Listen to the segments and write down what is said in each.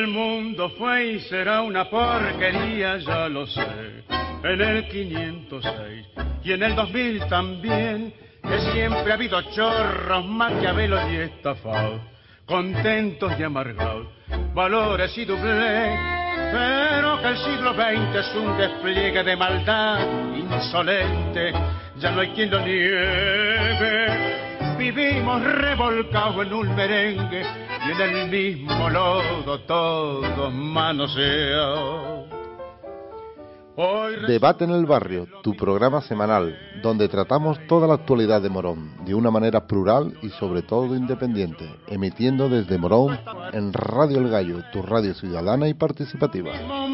El mundo fue y será una porquería, ya lo sé. En el 506 y en el 2000 también, que siempre ha habido chorros, maquiavelos y estafados, contentos y amargados, valores y doblez. Pero que el siglo XX es un despliegue de maldad insolente, ya no hay quien lo niegue. Vivimos revolcados en un merengue y en el mismo lodo todos manoseados. Debate en el Barrio, tu programa semanal, donde tratamos toda la actualidad de Morón, de una manera plural y sobre todo independiente, emitiendo desde Morón en Radio El Gallo, tu radio ciudadana y participativa.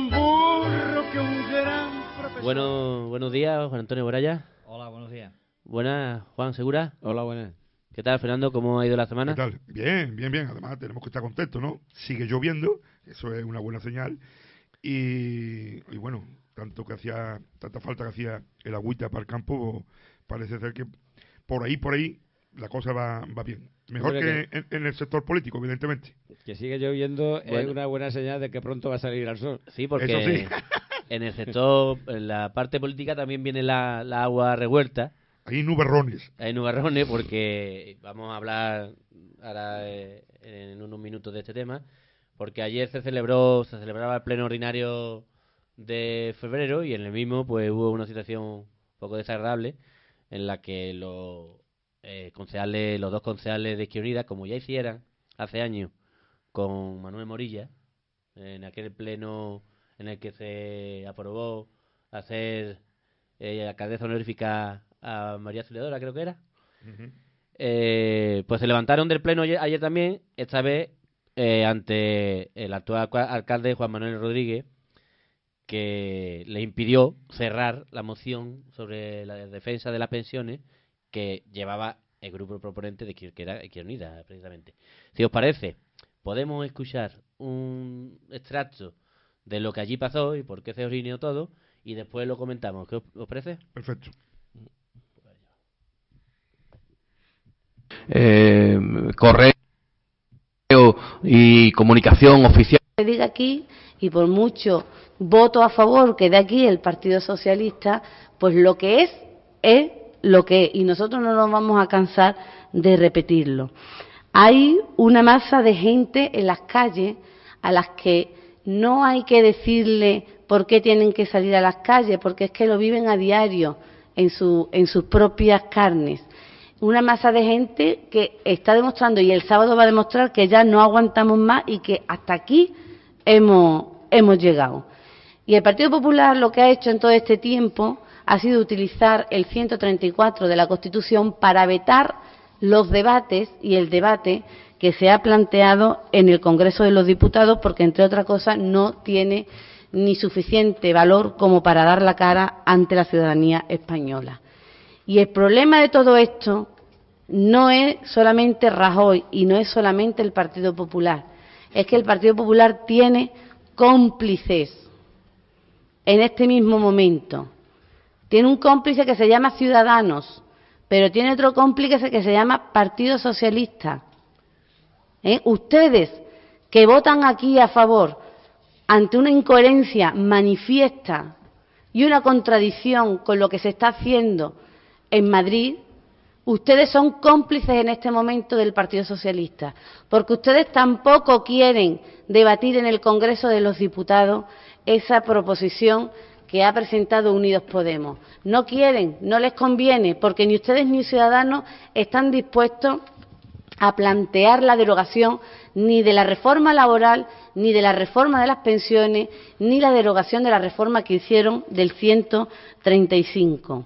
Buenos días, Juan Antonio Boraya. Hola, buenos días. Buenas, Juan Segura. Hola, buenas. ¿Qué tal, Fernando? ¿Cómo ha ido la semana? ¿Qué tal? Bien. Además, tenemos que estar contentos, ¿no? Sigue lloviendo, eso es una buena señal. Y bueno, tanta falta que hacía el agüita para el campo, parece ser que por ahí la cosa va bien. Mejor que en el sector político, evidentemente. Que sigue lloviendo es una buena señal de que pronto va a salir al sol. Sí, porque eso sí. En el sector, en la parte política también viene la agua revuelta. Hay nubarrones. Hay nubarrones porque vamos a hablar ahora en unos minutos de este tema, porque ayer se celebraba el pleno ordinario de febrero y en el mismo pues hubo una situación un poco desagradable en la que los dos concejales de Izquierda Unida, como ya hicieran hace años con Manuel Morilla, en aquel pleno en el que se aprobó hacer alcaldesa honorífica a María Auxiliadora, creo que era. Uh-huh. Pues se levantaron del pleno ayer también, esta vez ante el actual alcalde Juan Manuel Rodríguez, que le impidió cerrar la moción sobre la defensa de las pensiones que llevaba el grupo proponente de Izquierda Unida, precisamente. Si os parece, podemos escuchar un extracto de lo que allí pasó y por qué se originó todo, y después lo comentamos. ¿Qué os parece? Perfecto. Correo y comunicación oficial. Que diga aquí, y por mucho voto a favor que dé aquí el Partido Socialista, pues lo que es lo que es, y nosotros no nos vamos a cansar de repetirlo. Hay una masa de gente en las calles a las que no hay que decirle por qué tienen que salir a las calles, porque es que lo viven a diario en sus propias carnes. Una masa de gente que está demostrando, y el sábado va a demostrar, que ya no aguantamos más y que hasta aquí hemos llegado. Y el Partido Popular lo que ha hecho en todo este tiempo ha sido utilizar el 134 de la Constitución para vetar los debates y el debate que se ha planteado en el Congreso de los Diputados, porque, entre otras cosas, no tiene ni suficiente valor como para dar la cara ante la ciudadanía española. Y el problema de todo esto no es solamente Rajoy y no es solamente el Partido Popular, es que el Partido Popular tiene cómplices en este mismo momento. Tiene un cómplice que se llama Ciudadanos, pero tiene otro cómplice que se llama Partido Socialista. Ustedes que votan aquí a favor ante una incoherencia manifiesta y una contradicción con lo que se está haciendo en Madrid, ustedes son cómplices en este momento del Partido Socialista, porque ustedes tampoco quieren debatir en el Congreso de los Diputados esa proposición que ha presentado Unidos Podemos. No quieren, no les conviene, porque ni ustedes ni Ciudadanos están dispuestos a plantear la derogación ni de la reforma laboral, ni de la reforma de las pensiones, ni la derogación de la reforma que hicieron del 135.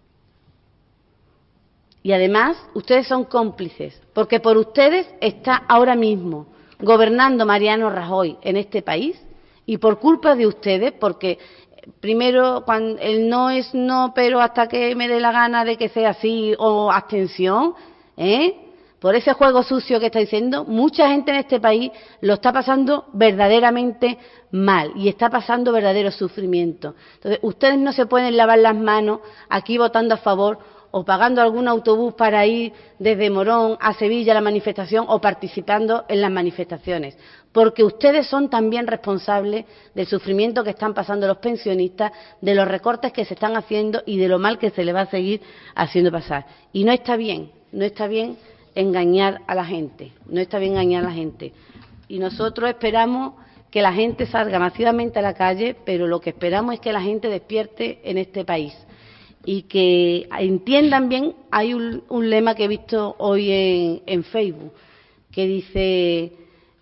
Y además, ustedes son cómplices, porque por ustedes está ahora mismo gobernando Mariano Rajoy en este país, y por culpa de ustedes, porque primero cuando el no es no, pero hasta que me dé la gana de que sea así, o abstención, por ese juego sucio que está diciendo, mucha gente en este país lo está pasando verdaderamente mal y está pasando verdadero sufrimiento. Entonces, ustedes no se pueden lavar las manos aquí votando a favor o pagando algún autobús para ir desde Morón a Sevilla a la manifestación o participando en las manifestaciones, porque ustedes son también responsables del sufrimiento que están pasando los pensionistas, de los recortes que se están haciendo y de lo mal que se le va a seguir haciendo pasar. Y no está bien engañar a la gente, no está bien engañar a la gente. Y nosotros esperamos que la gente salga masivamente a la calle, pero lo que esperamos es que la gente despierte en este país y que entiendan bien. Hay un lema que he visto hoy en Facebook que dice: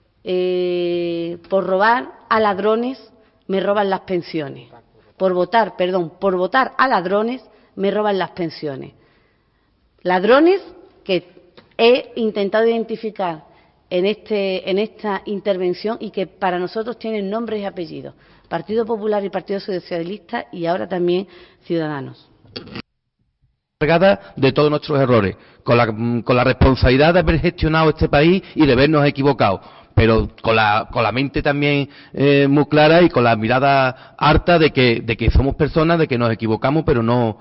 por robar a ladrones me roban las pensiones. Por votar a ladrones me roban las pensiones. Ladrones que he intentado identificar en esta intervención y que para nosotros tienen nombres y apellidos: Partido Popular y Partido Socialista, y ahora también Ciudadanos. De todos nuestros errores, con la responsabilidad de haber gestionado este país y de habernos equivocado, pero con la mente también muy clara y con la mirada harta de que somos personas, de que nos equivocamos, pero no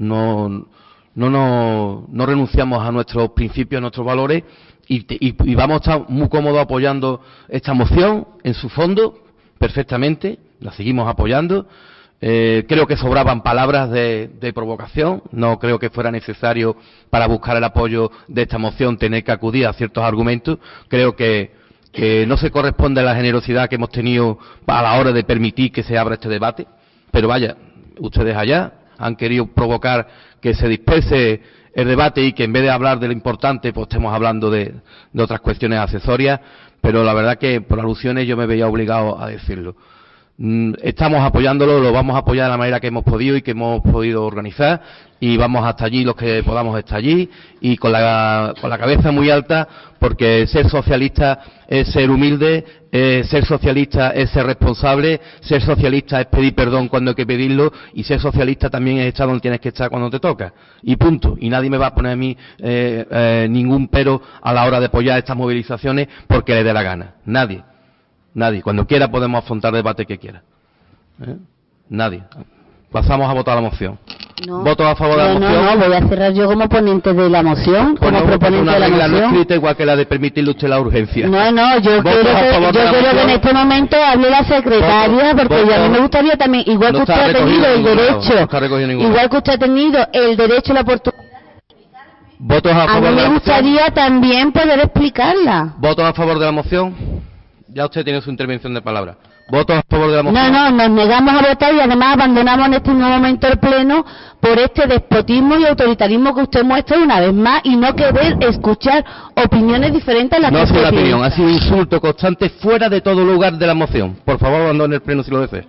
renunciamos a nuestros principios, a nuestros valores, y vamos a estar muy cómodos apoyando esta moción en su fondo, perfectamente, la seguimos apoyando. Creo que sobraban palabras de provocación, no creo que fuera necesario para buscar el apoyo de esta moción tener que acudir a ciertos argumentos. Creo que no se corresponde a la generosidad que hemos tenido a la hora de permitir que se abra este debate, pero vaya, ustedes allá han querido provocar que se disperse el debate y que en vez de hablar de lo importante pues estemos hablando de otras cuestiones accesorias, pero la verdad que por alusiones yo me veía obligado a decirlo. Estamos apoyándolo, lo vamos a apoyar de la manera que hemos podido y que hemos podido organizar, y vamos hasta allí los que podamos estar allí, y con la cabeza muy alta, porque ser socialista es ser humilde, ser socialista es ser responsable, ser socialista es pedir perdón cuando hay que pedirlo, y ser socialista también es estar donde tienes que estar cuando te toca, y punto. Y nadie me va a poner a mí ningún pero a la hora de apoyar estas movilizaciones porque le dé la gana. Nadie. Cuando quiera podemos afrontar el debate que quiera. Nadie. Pasamos a votar la moción. No. ¿Voto a favor de la moción? No, voy a cerrar yo como ponente de la moción, como proponente de la moción. No escrita igual que la de permitirle usted la urgencia. No, yo quiero que en este momento hable la secretaria, porque a mí me gustaría también, igual que usted ha tenido el derecho, igual que usted ha tenido el derecho y la oportunidad. ¿Votos a favor de la moción? A mí me gustaría también poder explicarla. ¿Votos a favor de la moción? Ya usted tiene su intervención de palabra. ¿Votos a favor de la moción? No, nos negamos a votar y además abandonamos en este momento el Pleno por este despotismo y autoritarismo que usted muestra una vez más y no querer escuchar opiniones diferentes a las que usted piensa. No ha sido la opinión, ha sido un insulto constante fuera de todo lugar de la moción. Por favor, abandone el Pleno si lo desea.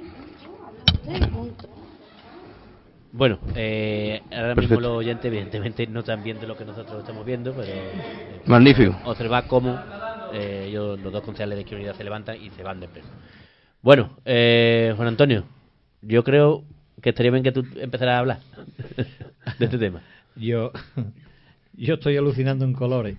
Bueno, ahora mismo los oyentes evidentemente no están viendo lo que nosotros estamos viendo, pero magnífico. Observad cómo los dos concejales de Izquierda Unida se levantan y se van de pleno. Bueno, Juan Antonio, yo creo que estaría bien que tú empezaras a hablar de este tema. Yo estoy alucinando en colores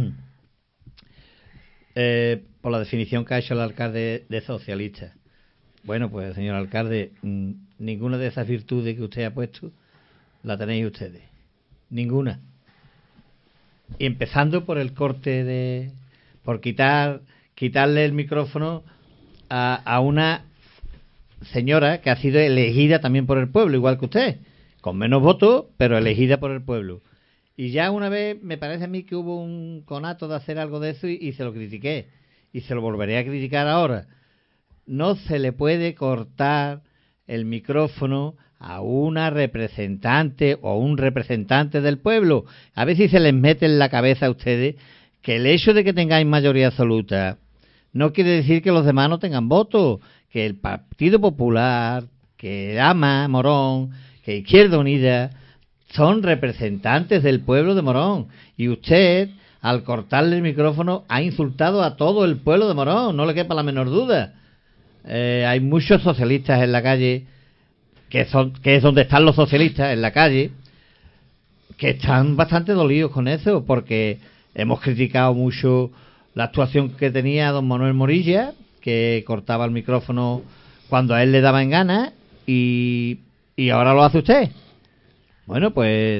por la definición que ha hecho el alcalde de socialista. Bueno, pues señor alcalde, ninguna de esas virtudes que usted ha puesto la tenéis ustedes. Ninguna. Y empezando por el corte por quitarle el micrófono a una señora que ha sido elegida también por el pueblo, igual que usted, con menos votos, pero elegida por el pueblo. Y ya una vez me parece a mí que hubo un conato de hacer algo de eso y se lo critiqué. Y se lo volveré a criticar ahora. No se le puede cortar el micrófono a una representante o un representante del pueblo. A ver si se les mete en la cabeza a ustedes que el hecho de que tengáis mayoría absoluta no quiere decir que los demás no tengan votos, que el Partido Popular, que ama Morón, que Izquierda Unida son representantes del pueblo de Morón. Y usted, al cortarle el micrófono, ha insultado a todo el pueblo de Morón, no le quepa la menor duda. Hay muchos socialistas en la calle, que es donde están los socialistas, en la calle, que están bastante dolidos con eso, porque hemos criticado mucho la actuación que tenía don Manuel Morilla, que cortaba el micrófono cuando a él le daba en gana, y ahora lo hace usted. Bueno, pues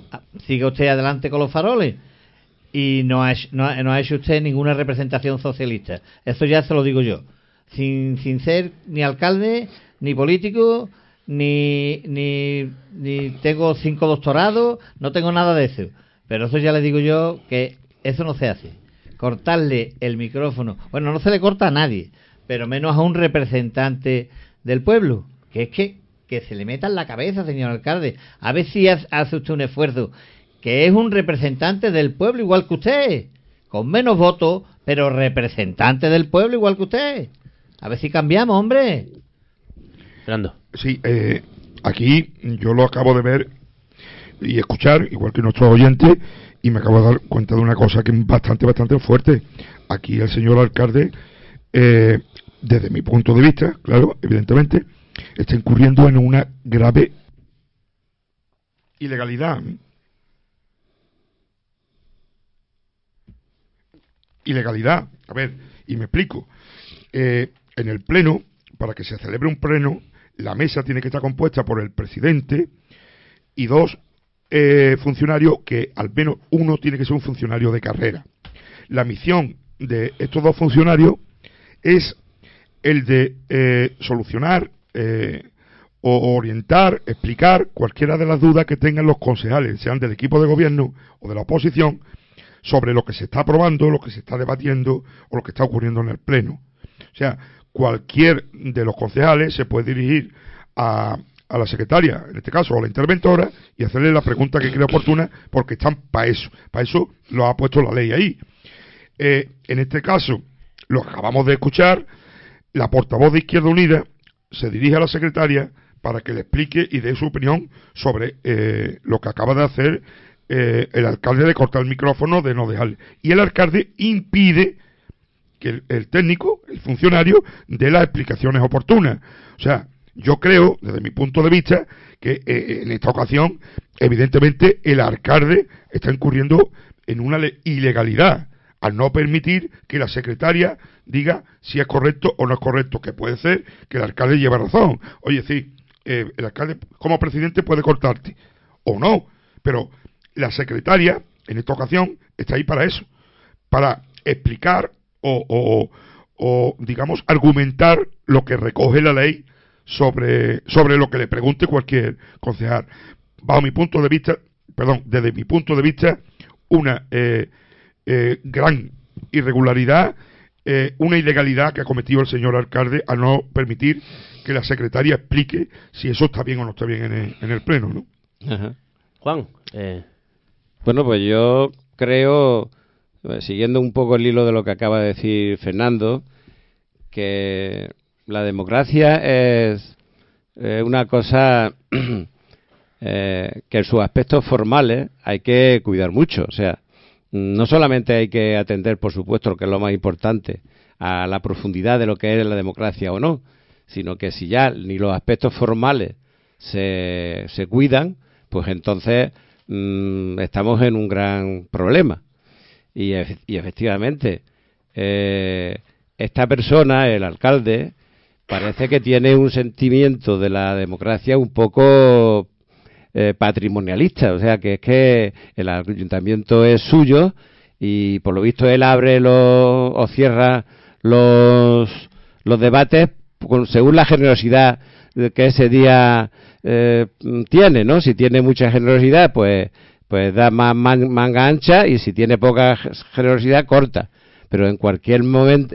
siga usted adelante con los faroles. Y no ha hecho usted ninguna representación socialista. Eso ya se lo digo yo. Sin ser ni alcalde, ni político, ni tengo 5 doctorados, no tengo nada de eso. Pero eso ya le digo yo que eso no se hace. Cortarle el micrófono, bueno, no se le corta a nadie, pero menos a un representante del pueblo, que es que se le meta en la cabeza, señor alcalde. A ver si hace usted un esfuerzo, que es un representante del pueblo igual que usted, con menos votos, pero representante del pueblo igual que usted. A ver si cambiamos, hombre. Fernando. Sí, aquí yo lo acabo de ver y escuchar, igual que nuestros oyentes, y me acabo de dar cuenta de una cosa que es bastante fuerte. Aquí el señor alcalde, desde mi punto de vista, claro, evidentemente, está incurriendo en una grave ilegalidad. A ver, y me explico. En el pleno, para que se celebre un pleno, la mesa tiene que estar compuesta por el presidente y 2 funcionarios, que al menos uno tiene que ser un funcionario de carrera. La misión de estos 2 funcionarios es el de solucionar o orientar, explicar cualquiera de las dudas que tengan los concejales, sean del equipo de gobierno o de la oposición, sobre lo que se está aprobando, lo que se está debatiendo o lo que está ocurriendo en el pleno. O sea, cualquier de los concejales se puede dirigir a la secretaria, en este caso, o a la interventora, y hacerle la pregunta que crea oportuna, porque están para eso. Para eso lo ha puesto la ley ahí. En este caso, lo acabamos de escuchar, la portavoz de Izquierda Unida se dirige a la secretaria para que le explique y dé su opinión sobre lo que acaba de hacer el alcalde, de cortar el micrófono, de no dejarle. Y el alcalde impide que el técnico, el funcionario, dé las explicaciones oportunas. O sea, yo creo, desde mi punto de vista, que en esta ocasión, evidentemente, el alcalde está incurriendo en una ilegalidad al no permitir que la secretaria diga si es correcto o no es correcto, que puede ser que el alcalde lleve razón. Oye, sí, el alcalde como presidente puede cortarte, o no, pero la secretaria, en esta ocasión, está ahí para eso, para explicar o digamos, argumentar lo que recoge la ley sobre lo que le pregunte cualquier concejal. Bajo mi punto de vista, desde mi punto de vista, una gran irregularidad, una ilegalidad que ha cometido el señor alcalde al no permitir que la secretaria explique si eso está bien o no está bien en el pleno, ¿no? Ajá. Juan. Bueno, pues yo creo, siguiendo un poco el hilo de lo que acaba de decir Fernando, que la democracia es una cosa que en sus aspectos formales hay que cuidar mucho. O sea, no solamente hay que atender, por supuesto, lo que es lo más importante, a la profundidad de lo que es la democracia o no, sino que si ya ni los aspectos formales se cuidan, pues entonces estamos en un gran problema. Y efectivamente, esta persona, el alcalde, parece que tiene un sentimiento de la democracia un poco patrimonialista, o sea, que es que el ayuntamiento es suyo y por lo visto él abre o cierra los debates según la generosidad que ese día tiene, ¿no? Si tiene mucha generosidad, pues da más manga ancha, y si tiene poca generosidad, corta. Pero en cualquier momento,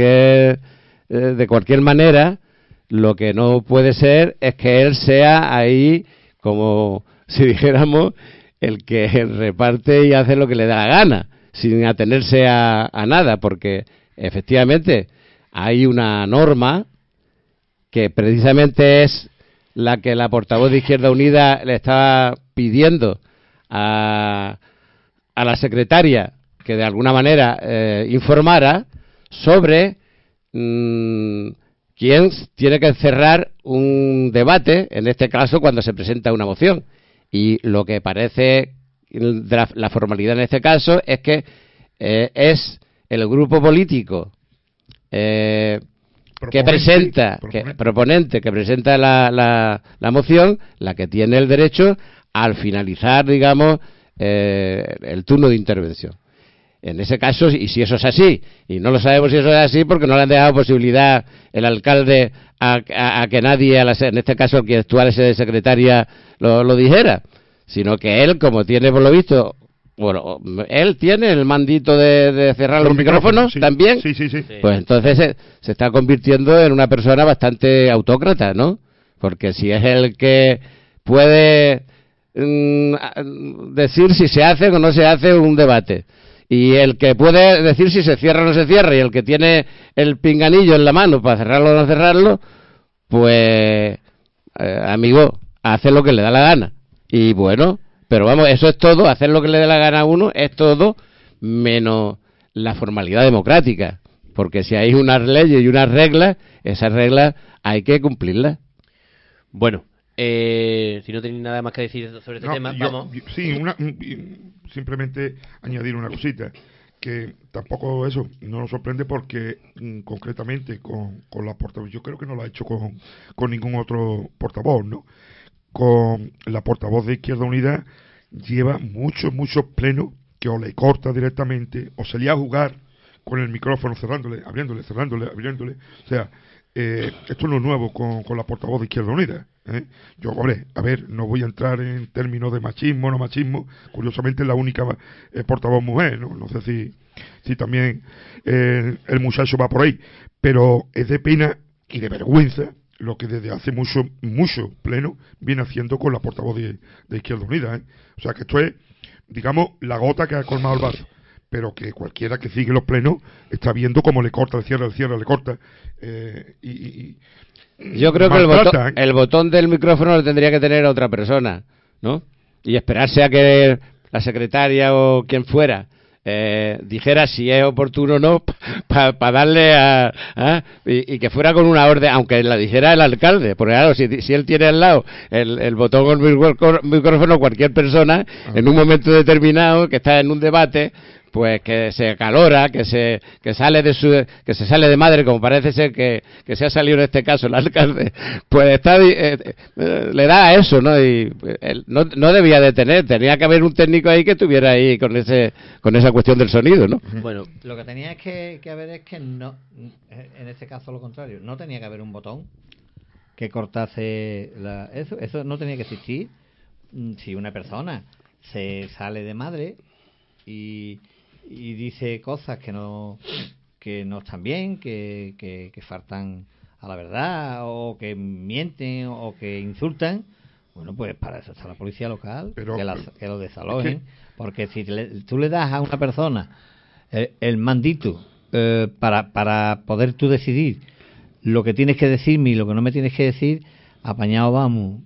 de cualquier manera, lo que no puede ser es que él sea ahí, como si dijéramos, el que reparte y hace lo que le da la gana, sin atenerse a nada, porque efectivamente hay una norma que precisamente es la que la portavoz de Izquierda Unida le estaba pidiendo a la secretaria que de alguna manera informara sobre quién tiene que cerrar un debate, en este caso cuando se presenta una moción. Y lo que parece la formalidad en este caso es que es el grupo político proponente que presenta la moción, la que tiene el derecho al finalizar, digamos, el turno de intervención. En ese caso, y si eso es así, y no lo sabemos si eso es así porque no le han dejado posibilidad el alcalde a que nadie, en este caso el que actualese de secretaria, lo dijera, sino que él, como tiene por lo visto, bueno, él tiene el mandito de cerrar los micrófonos sí, también, sí. Pues entonces se está convirtiendo en una persona bastante autócrata, ¿no? Porque si es el que puede decir si se hace o no se hace un debate, y el que puede decir si se cierra o no se cierra, y el que tiene el pinganillo en la mano para cerrarlo o no cerrarlo, pues, amigo, hace lo que le da la gana. Y bueno, pero vamos, eso es todo, hacer lo que le dé la gana a uno es todo, menos la formalidad democrática. Porque si hay unas leyes y unas reglas, esas reglas hay que cumplirlas. Bueno, si no tenéis nada más que decir sobre este tema, vamos. Sí, simplemente añadir una cosita, que tampoco eso no nos sorprende porque concretamente con la portavoz, yo creo que no lo ha hecho con ningún otro portavoz, ¿no? Con la portavoz de Izquierda Unida lleva muchos plenos que o le corta directamente o se le a jugar con el micrófono cerrándole, abriéndole. O sea, esto no es nuevo con la portavoz de Izquierda Unida. Yo, hombre, a ver, no voy a entrar en términos de machismo o no machismo. Curiosamente es la única portavoz mujer, ¿no? No sé si también el muchacho va por ahí. Pero es de pena y de vergüenza lo que desde hace mucho pleno viene haciendo con la portavoz de Izquierda Unida. O sea, que esto es, digamos, la gota que ha colmado el vaso. Pero que cualquiera que sigue los plenos está viendo cómo le corta, le cierra, le corta. Yo creo que el botón del micrófono lo tendría que tener otra persona, ¿no? Y esperarse a que la secretaria o quien fuera dijera si es oportuno o no para darle y que fuera con una orden, aunque la dijera el alcalde, porque claro, si él tiene al lado el botón o el micrófono, cualquier persona en un momento determinado que está en un debate, pues que se acalora, que se sale de madre, como parece ser que se ha salido en este caso el alcalde, pues le da a eso, ¿no? Y no debía de tenía que haber un técnico ahí que estuviera ahí con esa cuestión del sonido, ¿no? Bueno, lo que tenía que haber es que no, en este caso lo contrario, no tenía que haber un botón que cortase eso no tenía que existir. Si una persona se sale de madre y dice cosas que no están bien, que faltan a la verdad, o que mienten, o que insultan, bueno, pues para eso está la policía local, que lo desalojen, porque si tú le das a una persona el mandito para poder tú decidir lo que tienes que decirme y lo que no me tienes que decir, apañado vamos.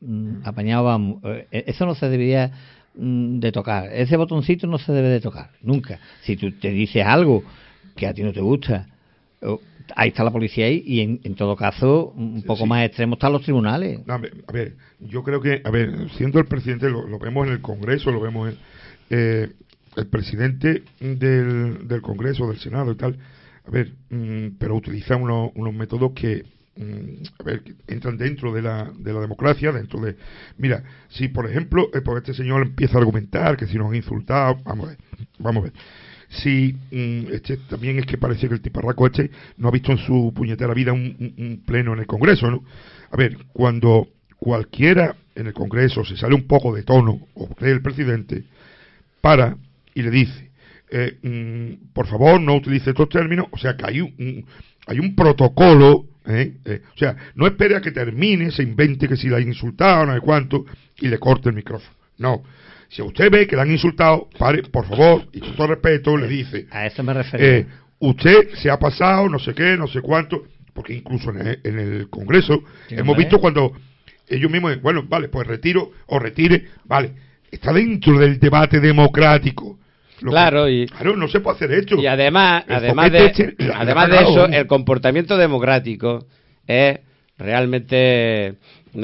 Eso no se debería de tocar, ese botoncito no se debe de tocar nunca. Si tú te dices algo que a ti no te gusta, ahí está la policía ahí, y en todo caso un poco más extremo están los tribunales. A ver, yo creo que, siendo el presidente, lo vemos en el Congreso, lo vemos en el presidente del Congreso, del Senado y tal, pero utiliza unos métodos que que entran dentro de la democracia, mira, si por ejemplo porque este señor empieza a argumentar que si nos han insultado, vamos a ver si también es que parece que el tiparraco no ha visto en su puñetera vida un pleno en el Congreso, ¿no? A ver, cuando cualquiera en el Congreso se sale un poco de tono, o cree el presidente, para y le dice por favor no utilice estos términos, o sea que hay un protocolo, o sea, no espere a que termine, se invente que si la han insultado, no sé cuánto, y le corte el micrófono. No. Si usted ve que la han insultado, pare, por favor, y con todo respeto, le dice. A eso me refiero. Usted se ha pasado, no sé qué, no sé cuánto, porque incluso en el Congreso hemos visto cuando ellos mismos, bueno, vale, pues retire, vale, está dentro del debate democrático. Claro, no se puede hacer esto. Y además de eso, el comportamiento democrático es realmente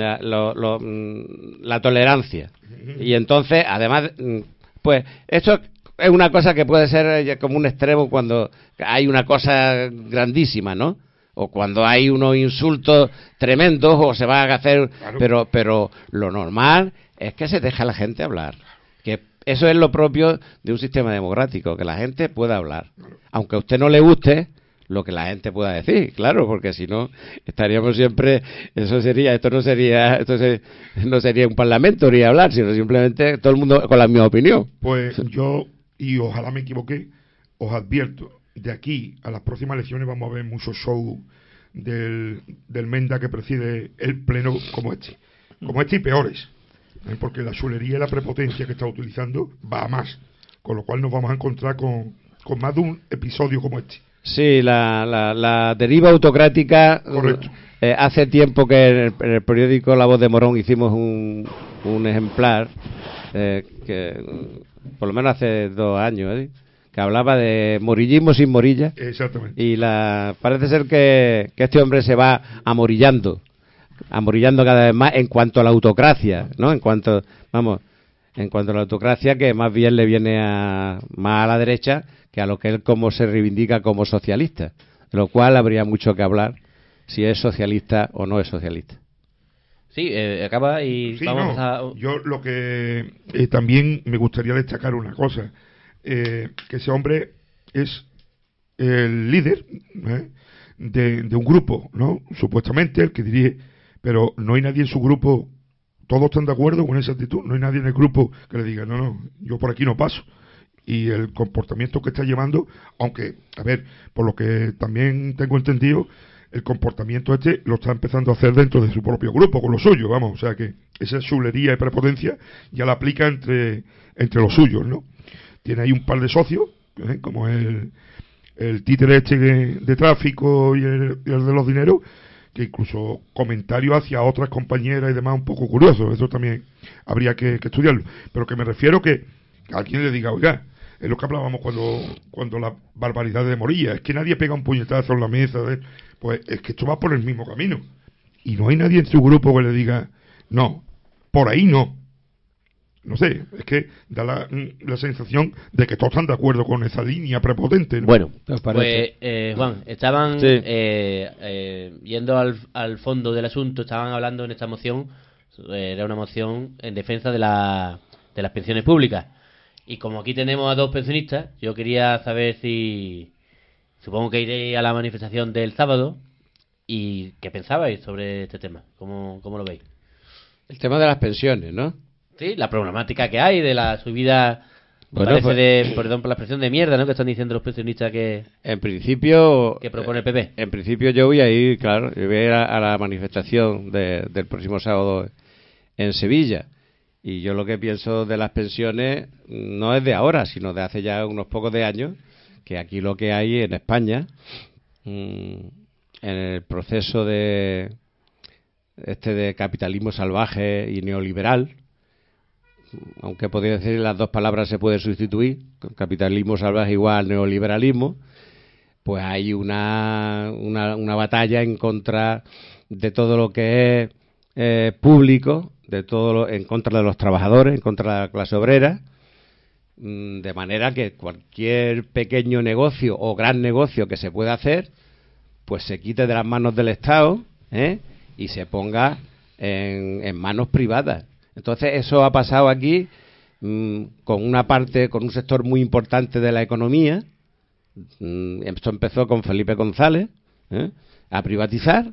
la tolerancia. Y entonces, además, pues esto es una cosa que puede ser como un extremo cuando hay una cosa grandísima, ¿no? O cuando hay unos insultos tremendos o se van a hacer, claro. Pero lo normal es que se deja a la gente hablar. Que eso es lo propio de un sistema democrático, que la gente pueda hablar. Aunque a usted no le guste lo que la gente pueda decir, claro, porque si no estaríamos siempre, esto no sería un parlamento ni hablar, sino simplemente todo el mundo con la misma opinión. Pues yo, y ojalá me equivoqué, os advierto, de aquí a las próximas elecciones vamos a ver muchos shows del Menda que preside el pleno como este y peores, porque la chulería y la prepotencia que está utilizando va a más, con lo cual nos vamos a encontrar con más de un episodio como este. Sí, la deriva autocrática. Correcto. Hace tiempo que en el periódico La Voz de Morón hicimos un ejemplar, que por lo menos hace 2 años, que hablaba de morillismo sin morilla. Exactamente. Y parece ser que este hombre se va amorillando cada vez más en cuanto a la autocracia, ¿no? En cuanto a la autocracia, que más bien le viene más a la derecha que a lo que él como se reivindica como socialista, de lo cual habría mucho que hablar si es socialista o no es socialista. Sí, acaba y sí, vamos Yo lo que también me gustaría destacar una cosa, que ese hombre es el líder de un grupo, ¿no? Supuestamente el que dirige, pero no hay nadie en su grupo, todos están de acuerdo con esa actitud, no hay nadie en el grupo que le diga, no, yo por aquí no paso. Y el comportamiento que está llevando, aunque, a ver, por lo que también tengo entendido, el comportamiento este lo está empezando a hacer dentro de su propio grupo, con lo suyo, vamos, o sea que esa chulería y prepotencia ya la aplica entre los suyos, ¿no? Tiene ahí un par de socios, como el títere este de tráfico y el de los dineros, que incluso comentarios hacia otras compañeras y demás un poco curiosos, eso también habría que estudiarlo, pero que me refiero que a alguien le diga, oiga, es lo que hablábamos cuando la barbaridad de Morilla, es que nadie pega un puñetazo en la mesa, pues es que esto va por el mismo camino, y no hay nadie en su grupo que le diga, no, por ahí no. No sé, es que da la sensación de que todos están de acuerdo con esa línea prepotente, ¿no? Bueno, pues Juan, estaban yendo al fondo del asunto, estaban hablando en esta moción, era una moción en defensa de las pensiones públicas. Y como aquí tenemos a 2 pensionistas, yo quería saber si... Supongo que iréis a la manifestación del sábado. ¿Y qué pensabais sobre este tema? ¿Cómo lo veis? El tema de las pensiones, ¿no? Sí, la problemática que hay de la subida... Bueno, perdón por la expresión de mierda, ¿no? Que están diciendo los pensionistas que... En principio... Que propone el PP. En principio yo voy a ir, claro, yo voy a ir a la manifestación del próximo sábado en Sevilla. Y yo lo que pienso de las pensiones no es de ahora, sino de hace ya unos pocos de años, que aquí lo que hay en España, en el proceso de capitalismo salvaje y neoliberal, aunque podría decir las 2 palabras se pueden sustituir, capitalismo salvaje igual neoliberalismo, pues hay una batalla en contra de todo lo que es público, en contra de los trabajadores, en contra de la clase obrera, de manera que cualquier pequeño negocio o gran negocio que se pueda hacer, pues se quite de las manos del Estado y se ponga en manos privadas. Entonces eso ha pasado aquí con un sector muy importante de la economía. Esto empezó con Felipe González a privatizar.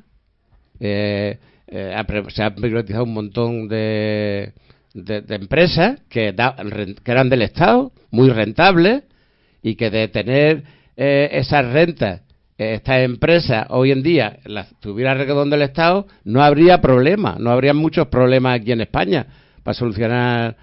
Se ha privatizado un montón de empresas que eran del Estado, muy rentables, y que de tener esas rentas, estas empresas hoy en día las tuviera redondo el Estado, no habría muchos problemas aquí en España para solucionar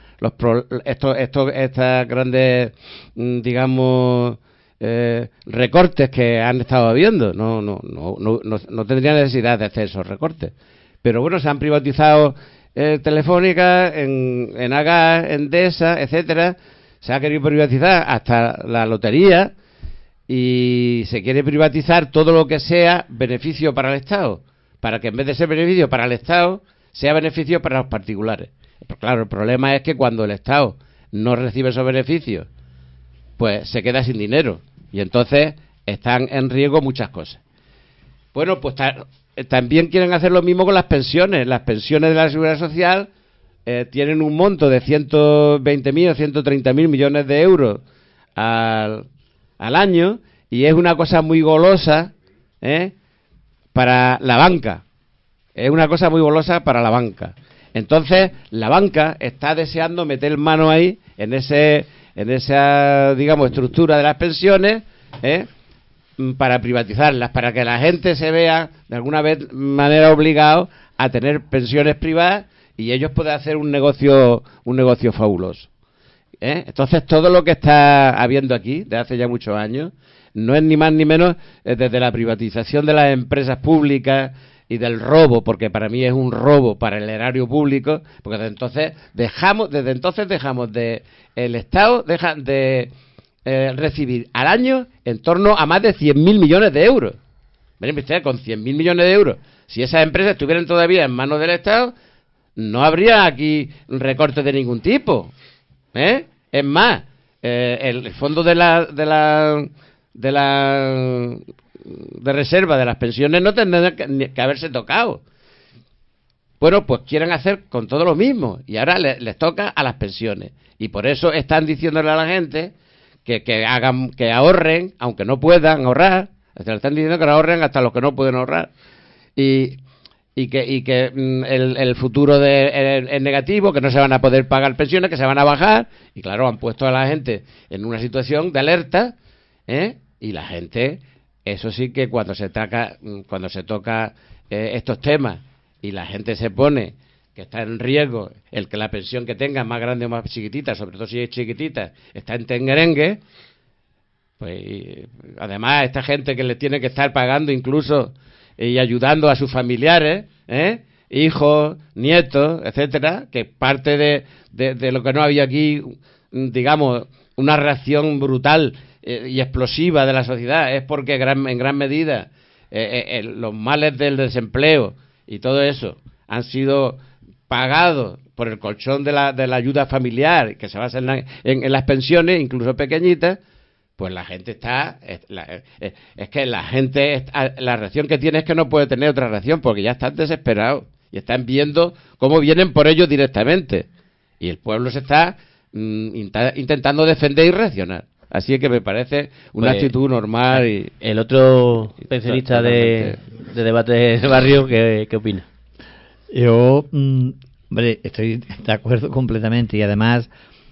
estas grandes, digamos, recortes que han estado habiendo. No tendría necesidad de hacer esos recortes. Pero bueno, se han privatizado Telefónica, en Agas, Endesa, etcétera. Se ha querido privatizar hasta la lotería y se quiere privatizar todo lo que sea beneficio para el Estado, para que en vez de ser beneficio para el Estado, sea beneficio para los particulares. Pero claro, el problema es que cuando el Estado no recibe esos beneficios, pues se queda sin dinero y entonces están en riesgo muchas cosas. Bueno, pues también quieren hacer lo mismo con las pensiones. Las pensiones de la Seguridad Social tienen un monto de 120.000 o 130.000 millones de euros al año, y es una cosa muy golosa para la banca. Es una cosa muy golosa para la banca. Entonces, la banca está deseando meter mano ahí en esa, digamos, estructura de las pensiones, para privatizarlas, para que la gente se vea de alguna manera obligado a tener pensiones privadas y ellos pueden hacer un negocio fabuloso. Entonces, todo lo que está habiendo aquí desde hace ya muchos años no es ni más ni menos desde la privatización de las empresas públicas y del robo, porque para mí es un robo para el erario público, porque desde entonces dejamos de el Estado deja de recibir al año en torno a más de 100.000 millones de euros. Miren ustedes, con 100.000 millones de euros, si esas empresas estuvieran todavía en manos del Estado, no habría aquí recortes de ningún tipo. Es más, el fondo de reserva de las pensiones no tendrá que haberse tocado. Bueno, pues quieren hacer con todo lo mismo y ahora les toca a las pensiones, y por eso están diciéndole a la gente que ahorren, aunque no puedan ahorrar. Se le están diciendo que ahorren hasta los que no pueden ahorrar, y que el futuro es negativo, que no se van a poder pagar pensiones, que se van a bajar, y claro, han puesto a la gente en una situación de alerta, y la gente, eso sí, que cuando se toca estos temas y la gente se pone que está en riesgo el que la pensión que tenga, más grande o más chiquitita, sobre todo si es chiquitita, está en tenguerengue, pues además esta gente que le tiene que estar pagando incluso y ayudando a sus familiares, hijos, nietos, etcétera, que parte de lo que no había aquí, digamos, una reacción brutal y explosiva de la sociedad, es porque en gran medida los males del desempleo y todo eso han sido pagados por el colchón de la ayuda familiar, que se basa en las pensiones, incluso pequeñitas. Pues la gente es que la gente, la reacción que tiene es que no puede tener otra reacción, porque ya están desesperados y están viendo cómo vienen por ellos directamente, y el pueblo se está intentando defender y reaccionar. Así que me parece una actitud normal. Y el otro pensionista de debate de barrio, ¿qué opina? Yo, hombre, estoy de acuerdo completamente, y además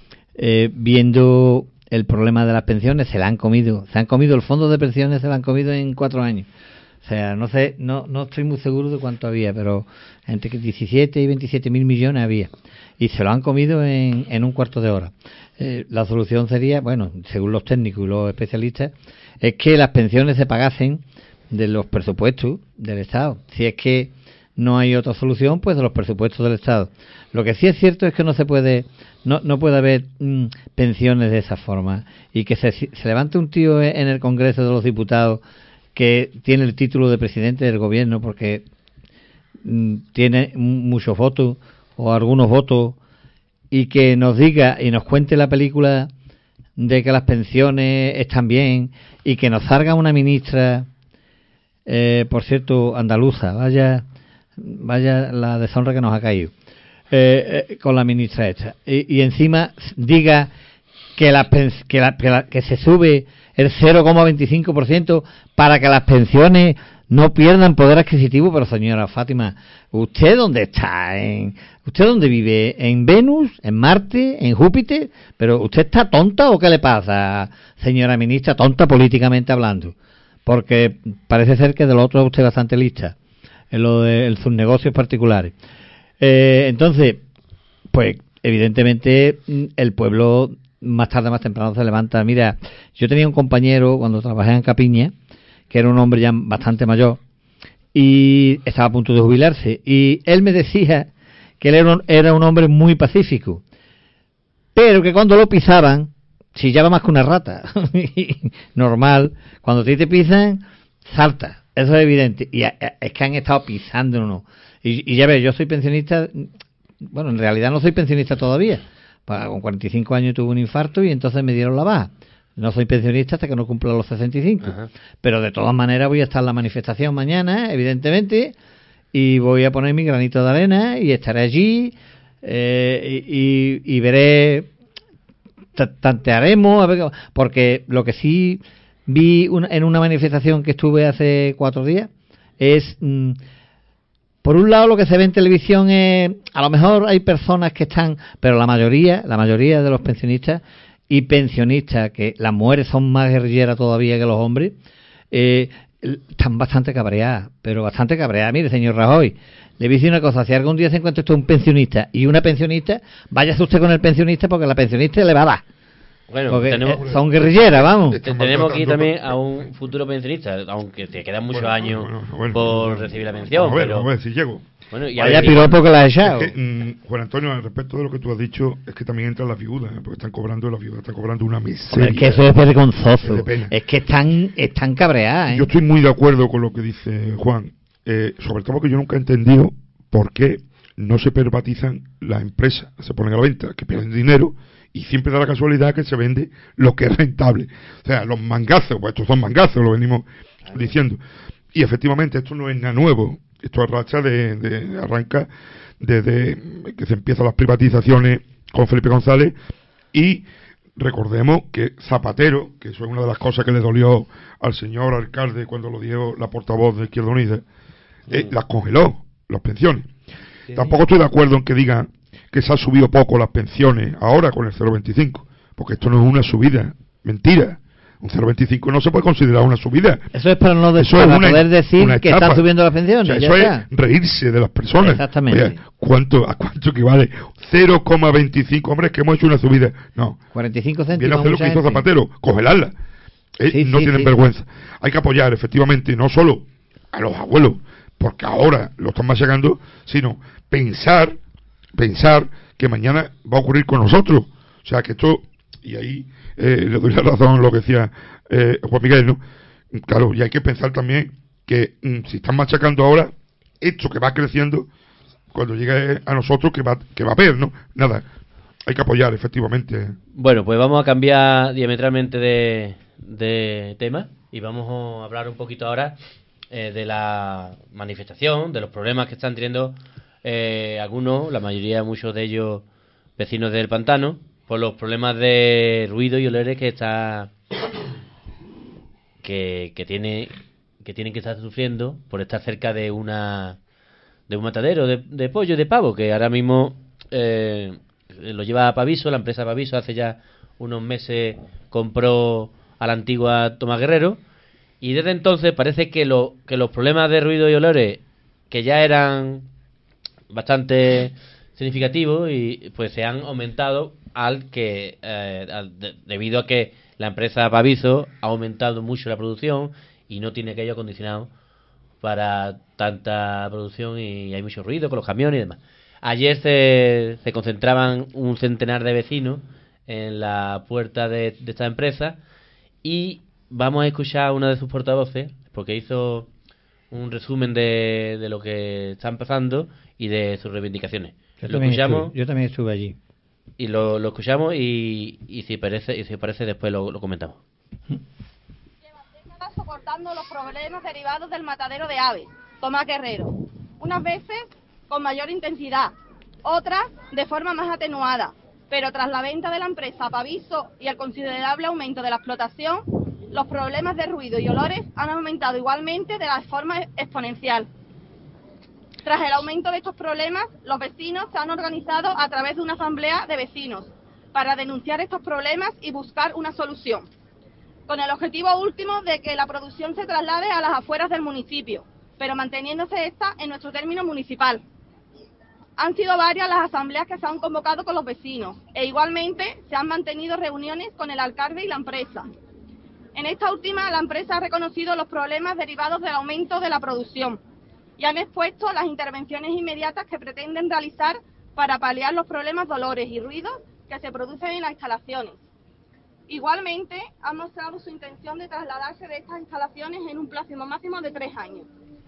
viendo el problema de las pensiones, se han comido el fondo de pensiones, se lo han comido en 4 años. O sea, no sé, no estoy muy seguro de cuánto había, pero entre 17 y 27.000 millones había, y se lo han comido en un cuarto de hora. La solución sería, bueno, según los técnicos y los especialistas, es que las pensiones se pagasen de los presupuestos del Estado. Si es que no hay otra solución, pues de los presupuestos del Estado. Lo que sí es cierto es que no puede haber pensiones de esa forma, y que se levante un tío en el Congreso de los Diputados que tiene el título de presidente del gobierno porque tiene muchos votos o algunos votos, y que nos diga y nos cuente la película de que las pensiones están bien, y que nos salga una ministra, por cierto, andaluza, vaya la deshonra que nos ha caído, con la ministra esta, y encima diga que se sube el 0,25% para que las pensiones no pierdan poder adquisitivo. Pero señora Fátima, ¿usted dónde está? ¿Usted dónde vive? ¿En Venus? ¿En Marte? ¿En Júpiter? ¿Pero usted está tonta o qué le pasa, señora ministra? Tonta políticamente hablando, porque parece ser que de lo otro usted es bastante lista en lo de sus negocios particulares. Entonces, pues evidentemente el pueblo más tarde más temprano se levanta. Mira, yo tenía un compañero cuando trabajé en Capiña, que era un hombre ya bastante mayor y estaba a punto de jubilarse, y él me decía que él era un hombre muy pacífico, pero que cuando lo pisaban chillaba más que una rata. Normal, cuando a ti te pisan salta, eso es evidente, y es que han estado pisándonos. Y ya ves, yo soy pensionista, bueno, en realidad no soy pensionista todavía, con 45 años tuve un infarto y entonces me dieron la baja. No soy pensionista hasta que no cumpla los 65. Ajá. Pero de todas maneras voy a estar en la manifestación mañana, evidentemente, y voy a poner mi granito de arena y estaré allí y veré, tantearemos, a ver, porque lo que sí vi en una manifestación que estuve hace 4 días es, por un lado, lo que se ve en televisión es, a lo mejor hay personas que están, pero la mayoría de los pensionistas y pensionistas, que las mujeres son más guerrilleras todavía que los hombres, están bastante cabreadas, pero bastante cabreadas. Mire, señor Rajoy, le voy a decir una cosa: si algún día se encuentra usted un pensionista y una pensionista, váyase usted con el pensionista, porque la pensionista le va a dar. Bueno, porque son guerrilleras, vamos. Tenemos aquí también a un futuro pensionista, aunque te quedan muchos años por recibir la pensión. A ver si llego. Bueno, y vaya piropo que la ha echado. Es que, Juan Antonio, al respecto de lo que tú has dicho, es que también entran las viudas, porque están cobrando una miseria. Es que eso es vergonzoso. Es que están cabreadas. Yo estoy muy de acuerdo con lo que dice Juan, sobre todo porque yo nunca he entendido por qué no se privatizan las empresas, se ponen a la venta, que pierden dinero, y siempre da la casualidad que se vende lo que es rentable. O sea, los mangazos, pues estos son mangazos, lo venimos diciendo. Y efectivamente, esto no es nada nuevo. Esto arranca desde que se empiezan las privatizaciones con Felipe González, y recordemos que Zapatero, que eso es una de las cosas que le dolió al señor alcalde cuando lo dio la portavoz de Izquierda Unida, las congeló, las pensiones. Sí. Tampoco estoy de acuerdo en que digan que se han subido poco las pensiones ahora con el 0,25, porque esto no es una subida, mentira. Un 0,25 no se puede considerar una subida. Eso es para no poder decir que están subiendo las pensiones. O sea, eso es reírse de las personas. Exactamente. Oye, ¿a cuánto equivale? 0,25, hombre, es que hemos hecho una subida. No. 45 céntimos. Viene a hacer lo que hizo Zapatero, congelarla. No tienen vergüenza. Hay que apoyar, efectivamente, no solo a los abuelos, porque ahora lo están machacando, sino pensar que mañana va a ocurrir con nosotros. O sea, que esto, y ahí le doy la razón a lo que decía Juan Miguel, ¿no? Claro, y hay que pensar también que si están machacando ahora, esto que va creciendo, cuando llegue a nosotros, que va a haber, ¿no? Nada, hay que apoyar, efectivamente. Bueno, pues vamos a cambiar diametralmente de tema y vamos a hablar un poquito ahora de la manifestación, de los problemas que están teniendo algunos, la mayoría, muchos de ellos vecinos del pantano, por los problemas de ruido y olores que tienen que estar sufriendo por estar cerca de un matadero de pollo y de pavo, que ahora mismo lo lleva Paviso, la empresa Paviso. Hace ya unos meses compró a la antigua Tomás Guerrero, y desde entonces parece que los problemas de ruido y olores, que ya eran bastante significativos, y pues se han aumentado debido a que la empresa Paviso ha aumentado mucho la producción y no tiene aquello acondicionado para tanta producción, y hay mucho ruido con los camiones y demás. Ayer se concentraban un centenar de vecinos en la puerta de esta empresa, y vamos a escuchar a una de sus portavoces, porque hizo un resumen de lo que están pasando y de sus reivindicaciones. Yo también estuve allí. Y lo escuchamos, y si parece después lo comentamos. Llevan décadas soportando los problemas derivados del matadero de aves, Tomás Guerrero. Unas veces con mayor intensidad, otras de forma más atenuada. Pero tras la venta de la empresa a Paviso y el considerable aumento de la explotación, los problemas de ruido y olores han aumentado igualmente de la forma exponencial. Tras el aumento de estos problemas, los vecinos se han organizado a través de una asamblea de vecinos para denunciar estos problemas y buscar una solución, con el objetivo último de que la producción se traslade a las afueras del municipio, pero manteniéndose esta en nuestro término municipal. Han sido varias las asambleas que se han convocado con los vecinos, e igualmente se han mantenido reuniones con el alcalde y la empresa. En esta última, la empresa ha reconocido los problemas derivados del aumento de la producción y han expuesto las intervenciones inmediatas que pretenden realizar para paliar los problemas de olores y ruidos que se producen en las instalaciones. Igualmente, han mostrado su intención de trasladarse de estas instalaciones en un plazo máximo de 3 años.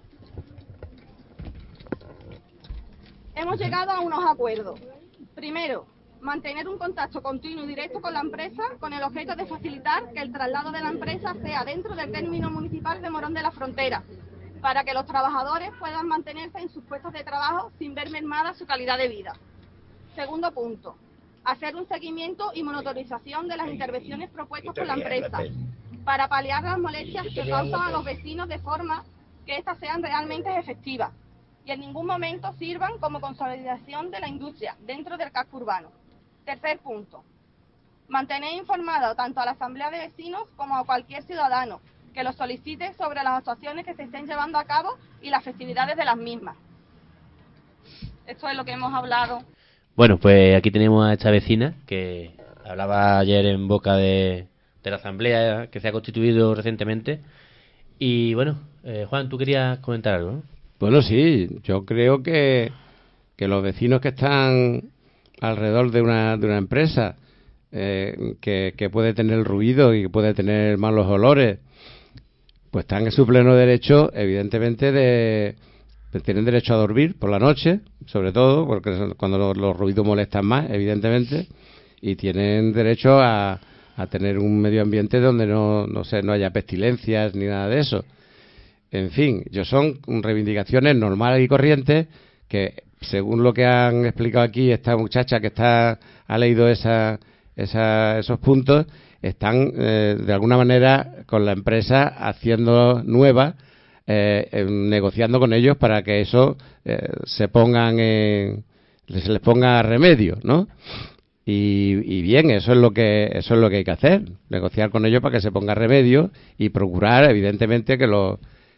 Hemos llegado a unos acuerdos. Primero, mantener un contacto continuo y directo con la empresa con el objeto de facilitar que el traslado de la empresa sea dentro del término municipal de Morón de la Frontera, para que los trabajadores puedan mantenerse en sus puestos de trabajo sin ver mermada su calidad de vida. Segundo punto, hacer un seguimiento y monitorización de las intervenciones propuestas por la empresa para paliar las molestias que causan a los vecinos de forma que éstas sean realmente efectivas y en ningún momento sirvan como consolidación de la industria dentro del casco urbano. Tercer punto, mantener informado tanto a la Asamblea de Vecinos como a cualquier ciudadano que lo solicite sobre las actuaciones que se estén llevando a cabo y las festividades de las mismas. Esto es lo que hemos hablado. Bueno, pues aquí tenemos a esta vecina que hablaba ayer en boca de la asamblea que se ha constituido recientemente. Y bueno, Juan, tú querías comentar algo, ¿no? Bueno, sí, yo creo que los vecinos que están alrededor de una empresa que puede tener ruido y que puede tener malos olores, pues están en su pleno derecho, evidentemente, tienen derecho a dormir por la noche, sobre todo, porque cuando los ruidos molestan más, evidentemente, y tienen derecho a tener un medio ambiente donde no haya pestilencias ni nada de eso. En fin, son reivindicaciones normales y corrientes que, según lo que han explicado aquí esta muchacha que ha leído esos puntos, están de alguna manera con la empresa haciendo nuevas, negociando con ellos para que eso se les ponga remedio, ¿no? Y bien, eso es lo que hay que hacer, negociar con ellos para que se ponga remedio y procurar, evidentemente, que los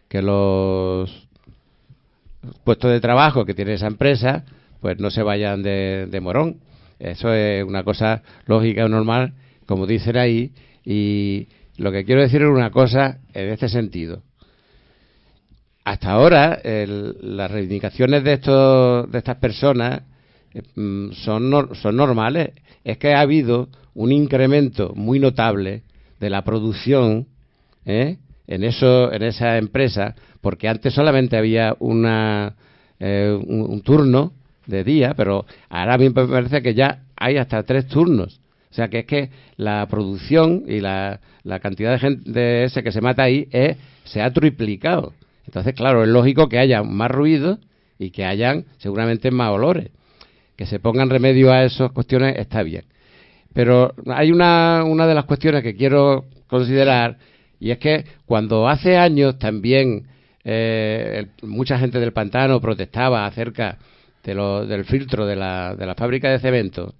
puestos de trabajo que tiene esa empresa pues no se vayan de morón. Eso es una cosa lógica o normal, como dicen ahí, y lo que quiero decir es una cosa en este sentido. Hasta ahora las reivindicaciones de estas personas son normales. Es que ha habido un incremento muy notable de la producción en esa empresa, porque antes solamente había un turno de día, pero ahora a mí me parece que ya hay hasta 3 turnos. O sea que es que la producción y la cantidad de gente que se mata ahí se ha triplicado. Entonces, claro, es lógico que haya más ruido y que hayan seguramente más olores. Que se pongan remedio a esas cuestiones está bien. Pero hay una de las cuestiones que quiero considerar, y es que cuando hace años también mucha gente del pantano protestaba acerca del filtro de la fábrica de cemento,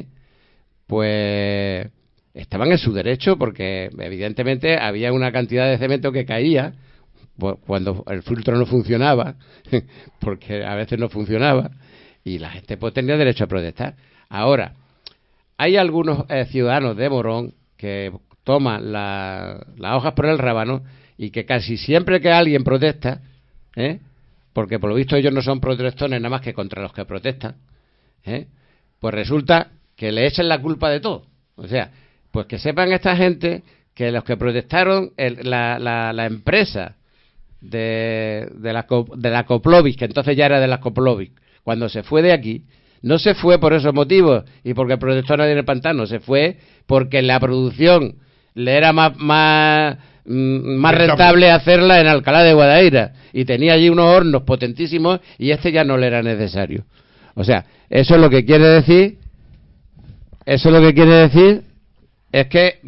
pues estaban en su derecho, porque evidentemente había una cantidad de cemento que caía cuando el filtro no funcionaba, porque a veces no funcionaba, y la gente pues tenía derecho a protestar. Ahora, hay algunos ciudadanos de Morón que toman las hojas por el rábano y que casi siempre que alguien protesta, porque por lo visto ellos no son protestones nada más que contra los que protestan, pues resulta que le echen la culpa de todo. O sea, pues que sepan esta gente que los que protestaron, la empresa de la Coplovic, que entonces ya era de la Coplovic, cuando se fue de aquí, no se fue por esos motivos y porque protestó nadie en el pantano, se fue porque la producción le era más rentable hacerla en Alcalá de Guadaira y tenía allí unos hornos potentísimos y ya no le era necesario. O sea, eso es lo que quiere decir es que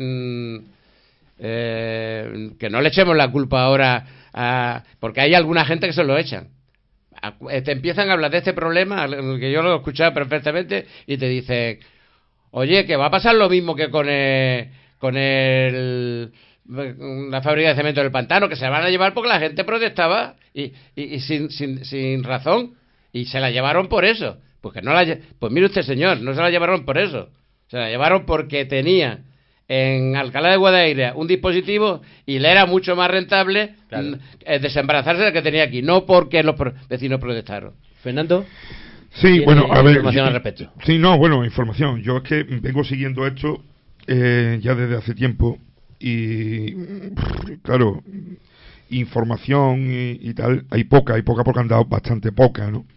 no le echemos la culpa ahora porque hay alguna gente que se lo echan. Te empiezan a hablar de este problema, que yo lo he escuchado perfectamente, y te dicen, oye, que va a pasar lo mismo que con la fábrica de cemento del pantano, que se van a llevar porque la gente protestaba y sin razón, y se la llevaron por eso. Pues mire usted, señor, no se la llevaron por eso, se la llevaron porque tenía en Alcalá de Guadaira un dispositivo y le era mucho más rentable, claro, desembarazarse del que tenía aquí, no porque los vecinos protestaron. Fernando, sí, bueno, a ver, información al respecto. Sí, no, bueno, información. Yo es que vengo siguiendo esto ya desde hace tiempo y claro, información y tal, hay poca porque han dado bastante poca, ¿no?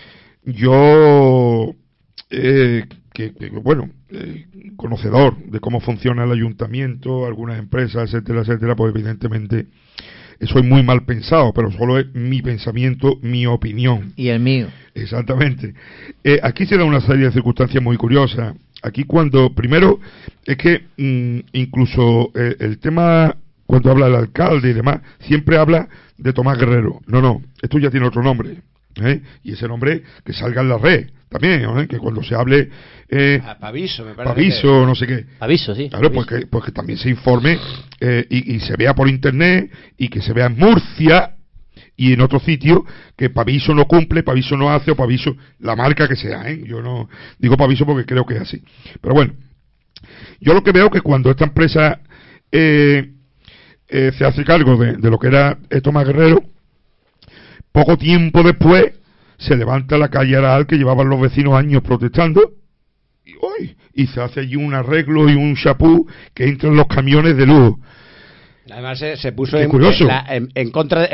Yo conocedor de cómo funciona el ayuntamiento, algunas empresas, etcétera, etcétera, pues evidentemente soy muy mal pensado, pero solo es mi pensamiento, mi opinión. Y el mío. Exactamente. Aquí se da una serie de circunstancias muy curiosas. Aquí primero, es que incluso el tema, cuando habla el alcalde y demás, siempre habla de Tomás Guerrero. No, esto ya tiene otro nombre. Y ese nombre que salga en la red también, que cuando se hable Paviso, me parece. Paviso, no sé qué. Paviso, sí. Claro, pues que también se informe y se vea por internet y que se vea en Murcia y en otro sitio que Paviso no cumple, Paviso no hace o Paviso, la marca que sea, yo no digo Paviso porque creo que es así. Pero bueno, yo lo que veo que cuando esta empresa se hace cargo de lo que era Tomás Guerrero, poco tiempo después se levanta la calle Aral que llevaban los vecinos años protestando y se hace allí un arreglo y un chapú que entran los camiones de luz. Además se puso en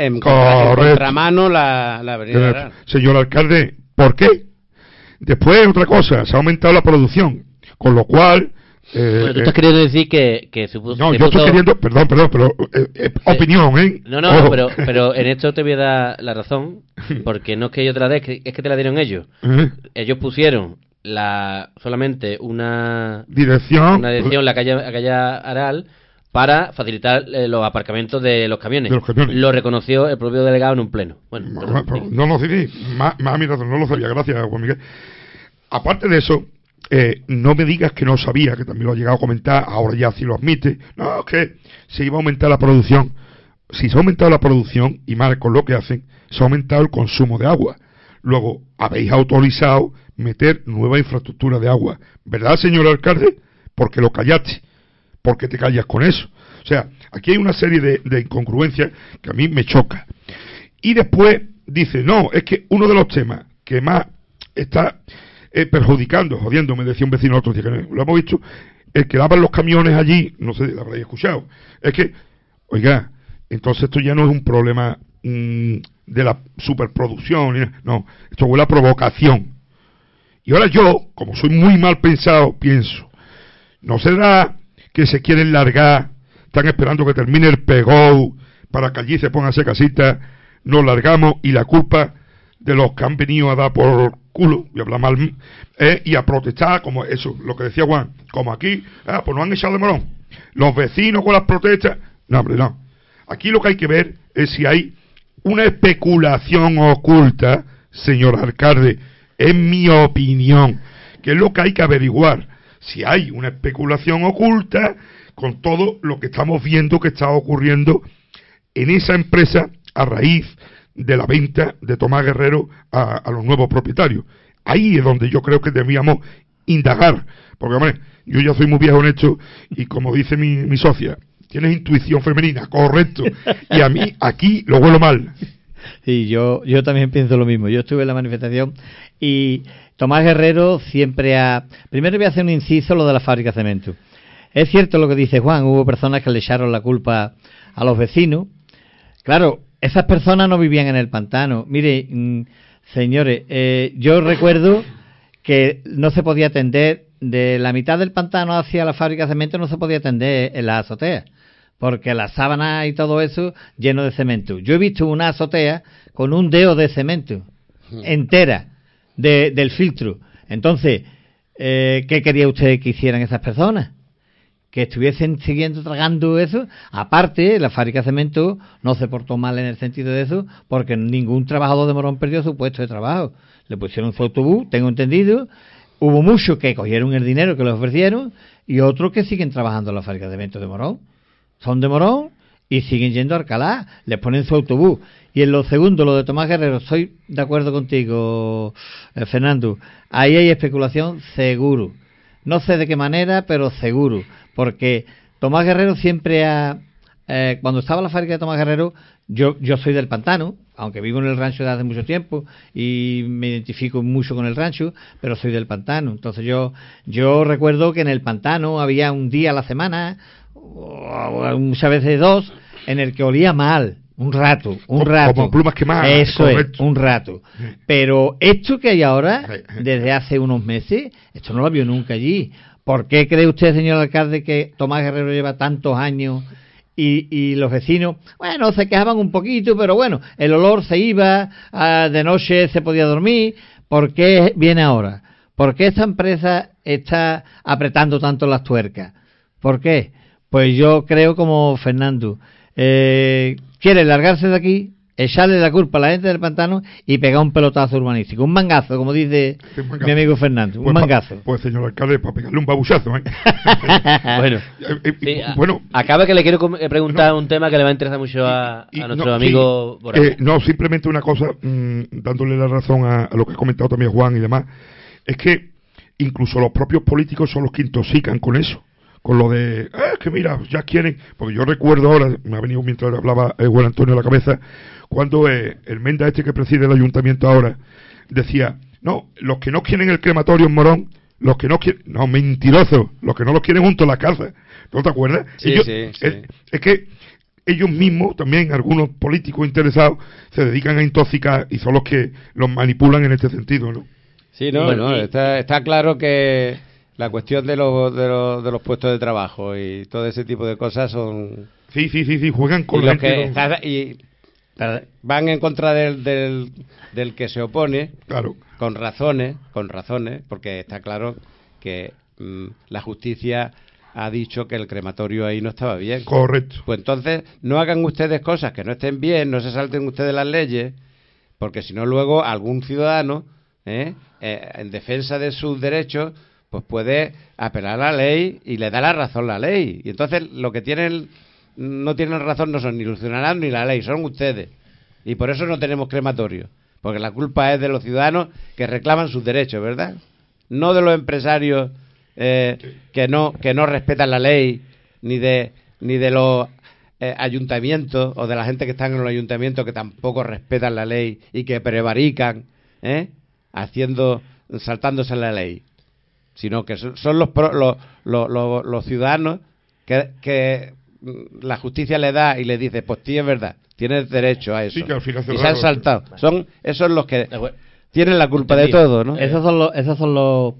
contramano la avenida Aral. Señor alcalde, ¿por qué? Después otra cosa, se ha aumentado la producción, con lo cual bueno, tú estás queriendo decir que se puso... No, yo estoy queriendo... Perdón, pero opinión, ¿eh? No, pero en esto te voy a dar la razón, porque no es que yo te la dé, es que te la dieron ellos. Ellos pusieron solamente una dirección en la calle Aral para facilitar los aparcamientos de los camiones. Lo reconoció el propio delegado en un pleno. Bueno, no lo sabía, no lo sabía, gracias, Juan Miguel. Aparte de eso, no me digas que no sabía, que también lo ha llegado a comentar, ahora ya sí lo admite, no, que se iba a aumentar la producción. Si se ha aumentado la producción, y mal con lo que hacen, se ha aumentado el consumo de agua. Luego, habéis autorizado meter nueva infraestructura de agua. ¿Verdad, señor alcalde? Porque lo callaste. ¿Por qué te callas con eso? O sea, aquí hay una serie de incongruencias que a mí me choca. Y después dice, no, es que uno de los temas que más está jodiendo, me decía un vecino otro día, que lo hemos visto, el que daban los camiones allí, no sé, lo habréis escuchado, es que, oiga, entonces esto ya no es un problema de la superproducción, no, esto huele a provocación. Y ahora yo, como soy muy mal pensado, pienso, ¿no será que se quieren largar, están esperando que termine el PEGO para que allí se pongan a hacer casitas, nos largamos y la culpa de los que han venido a dar por culo, y hablar mal, y a protestar, como eso, lo que decía Juan, como aquí, pues nos han echado de Morón, los vecinos con las protestas, no, hombre, no. Aquí lo que hay que ver es si hay una especulación oculta, señor alcalde, en mi opinión, que es lo que hay que averiguar, si hay una especulación oculta con todo lo que estamos viendo que está ocurriendo en esa empresa a raíz de la venta de Tomás Guerrero a los nuevos propietarios. Ahí es donde yo creo que debíamos indagar, porque hombre, yo ya soy muy viejo en esto y como dice mi socia, tienes intuición femenina, correcto, y a mí aquí lo huelo mal. Sí, yo también pienso lo mismo. Yo estuve en la manifestación y Tomás Guerrero siempre Primero voy a hacer un inciso lo de la fábrica de cemento. Es cierto lo que dice Juan, hubo personas que le echaron la culpa a los vecinos. Claro, esas personas no vivían en el pantano. Mire, señores, yo recuerdo que no se podía atender de la mitad del pantano hacia la fábrica de cemento, no se podía atender en la azotea, porque las sábanas y todo eso lleno de cemento. Yo he visto una azotea con un dedo de cemento entera del filtro. Entonces, ¿qué quería usted que hicieran esas personas? Que estuviesen siguiendo tragando eso. Aparte, la fábrica de cemento no se portó mal en el sentido de eso, porque ningún trabajador de Morón perdió su puesto de trabajo. Le pusieron su autobús, tengo entendido. Hubo muchos que cogieron el dinero que les ofrecieron y otros que siguen trabajando en la fábrica de cemento de Morón. Son de Morón y siguen yendo a Alcalá, les ponen su autobús. Y en lo segundo, lo de Tomás Guerrero, estoy de acuerdo contigo, Fernando. Ahí hay especulación seguro. No sé de qué manera, pero seguro. Porque Tomás Guerrero siempre cuando estaba en la fábrica de Tomás Guerrero, yo soy del pantano, aunque vivo en el rancho desde hace mucho tiempo y me identifico mucho con el rancho, pero soy del pantano. Entonces yo recuerdo que en el pantano había un día a la semana, muchas veces dos, en el que olía mal, un rato. Como plumas quemadas. Eso correcto. Es, un rato. Pero esto que hay ahora, desde hace unos meses, esto no lo vio nunca allí. ¿Por qué cree usted, señor alcalde, que Tomás Guerrero lleva tantos años y los vecinos, bueno, se quejaban un poquito, pero bueno, el olor se iba, de noche se podía dormir. ¿Por qué viene ahora? ¿Por qué esta empresa está apretando tanto las tuercas? ¿Por qué? Pues yo creo como Fernando, quiere largarse de aquí, echarle la culpa a la gente del pantano y pegar un pelotazo urbanístico, un mangazo, como dice mi amigo Fernando, un mangazo. Pues señor alcalde, para pegarle un babuchazo, ¿eh? Bueno, sí, bueno, acaba que le quiero preguntar un tema que le va a interesar mucho a nuestro amigo Borja. No, simplemente una cosa, dándole la razón a lo que ha comentado también Juan y demás, es que incluso los propios políticos son los que intoxican con eso. Con lo de, que mira, ya quieren, porque yo recuerdo ahora, me ha venido mientras hablaba Juan Antonio a la cabeza, cuando el Menda que preside el ayuntamiento ahora, decía, no, los que no quieren el crematorio en Morón, los que no quieren, no, mentirosos, los que no los quieren junto a la casa, ¿no te acuerdas? Sí, sí. Es que ellos mismos, también algunos políticos interesados, se dedican a intoxicar y son los que los manipulan en este sentido, ¿no? Sí, está claro que la cuestión de los puestos de trabajo y todo ese tipo de cosas son... Sí, juegan con la gente. Y van en contra del que se opone, claro, con razones, porque está claro que la justicia ha dicho que el crematorio ahí no estaba bien. Correcto. Pues entonces no hagan ustedes cosas que no estén bien, no se salten ustedes las leyes, porque si no luego algún ciudadano, en defensa de sus derechos, pues puede apelar a la ley y le da la razón la ley. Y entonces lo que no tienen razón no son ni los ciudadanos ni la ley, son ustedes. Y por eso no tenemos crematorio, porque la culpa es de los ciudadanos que reclaman sus derechos, ¿verdad? No de los empresarios que no respetan la ley, ni de los ayuntamientos o de la gente que están en los ayuntamientos que tampoco respetan la ley y que prevarican, saltándose la ley, sino que son los ciudadanos que la justicia le da y le dice, pues sí, es verdad, tienes derecho a eso, sí, que al final y se han saltado. Esos los que tienen la culpa de todo, ¿no? Esos son los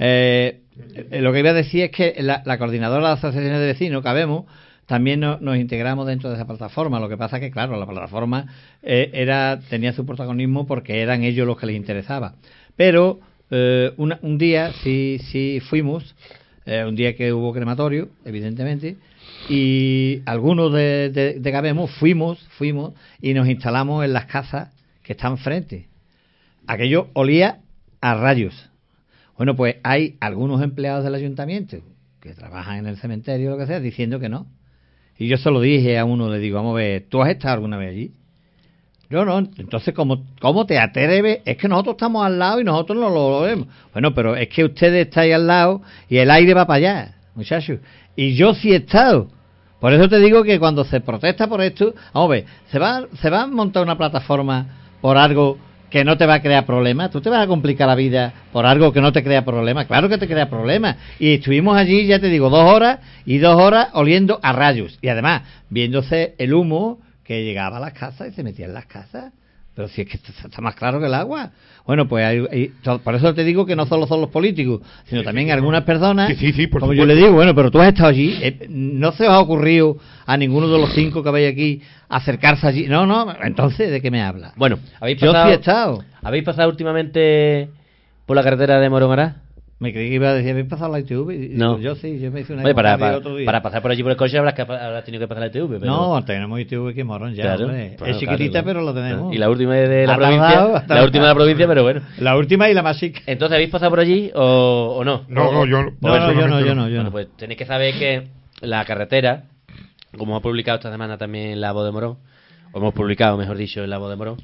lo que iba a decir es que la coordinadora de las asociaciones de vecinos, Cabemos, también nos integramos dentro de esa plataforma. Lo que pasa que, claro, la plataforma tenía su protagonismo porque eran ellos los que les interesaba. Pero un día sí fuimos, un día que hubo crematorio, evidentemente, y algunos de Cabemos fuimos y nos instalamos en las casas que están frente. Aquello olía a rayos. Bueno, pues hay algunos empleados del ayuntamiento que trabajan en el cementerio o lo que sea, diciendo que no. Y yo se lo dije a uno, le digo, vamos a ver, ¿tú has estado alguna vez allí? Yo no. Entonces, ¿cómo te atreves? Es que nosotros estamos al lado y nosotros no lo vemos. Bueno, pero es que ustedes estáis al lado y el aire va para allá, muchachos. Y yo sí he estado. Por eso te digo que cuando se protesta por esto, vamos a ver, se va a montar una plataforma por algo que no te va a crear problemas. Tú te vas a complicar la vida por algo que no te crea problemas. Claro que te crea problemas. Y estuvimos allí, ya te digo, 2 horas y 2 horas oliendo a rayos. Y además, viéndose el humo que llegaba a las casas y se metía en las casas. Pero si es que está más claro que el agua. Bueno, pues por eso te digo que no solo son los políticos, sino también algunas personas, como yo le digo, bueno, pero tú has estado allí, ¿no se os ha ocurrido a ninguno de los 5 que habéis aquí acercarse allí? No, entonces, ¿de qué me habla? Bueno, yo sí he estado. ¿Habéis pasado últimamente por la carretera de Morón-Arás? Me creí que iba a decir, ¿habéis pasado la ITV? No. Yo sí, yo me hice una otro día. Para pasar por allí por el coche habrás tenido que pasar la ITV. Pero... No, tenemos ITV que Morón ya, claro, hombre. Bueno, es chiquitita, pero lo tenemos. Y la última de la provincia. La última de la provincia, pero bueno. La última y la más chica. Entonces, ¿habéis pasado por allí o no? No, yo no. Bueno, pues tenéis que saber que la carretera, como hemos publicado esta semana también en La Voz de Morón, o hemos publicado, mejor dicho, en La Voz de Morón,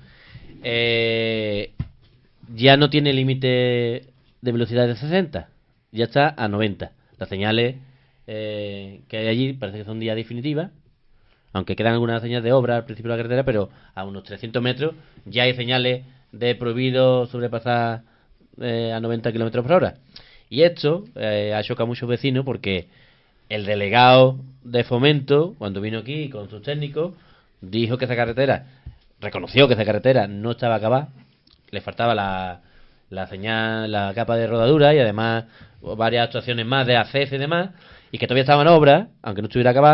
ya no tiene límite de velocidad de 60. Ya está a 90. Las señales que hay allí parece que son ya definitivas, aunque quedan algunas señales de obra al principio de la carretera, pero a unos 300 metros ya hay señales de prohibido sobrepasar a 90 kilómetros por hora. Y esto ha chocado a muchos vecinos porque el delegado de Fomento, cuando vino aquí con sus técnicos, dijo que esa carretera, reconoció que esa carretera no estaba acabada, le faltaba la señal, la capa de rodadura y además varias actuaciones más de acceso y demás, y que todavía estaba en obra, aunque no estuviera acabada,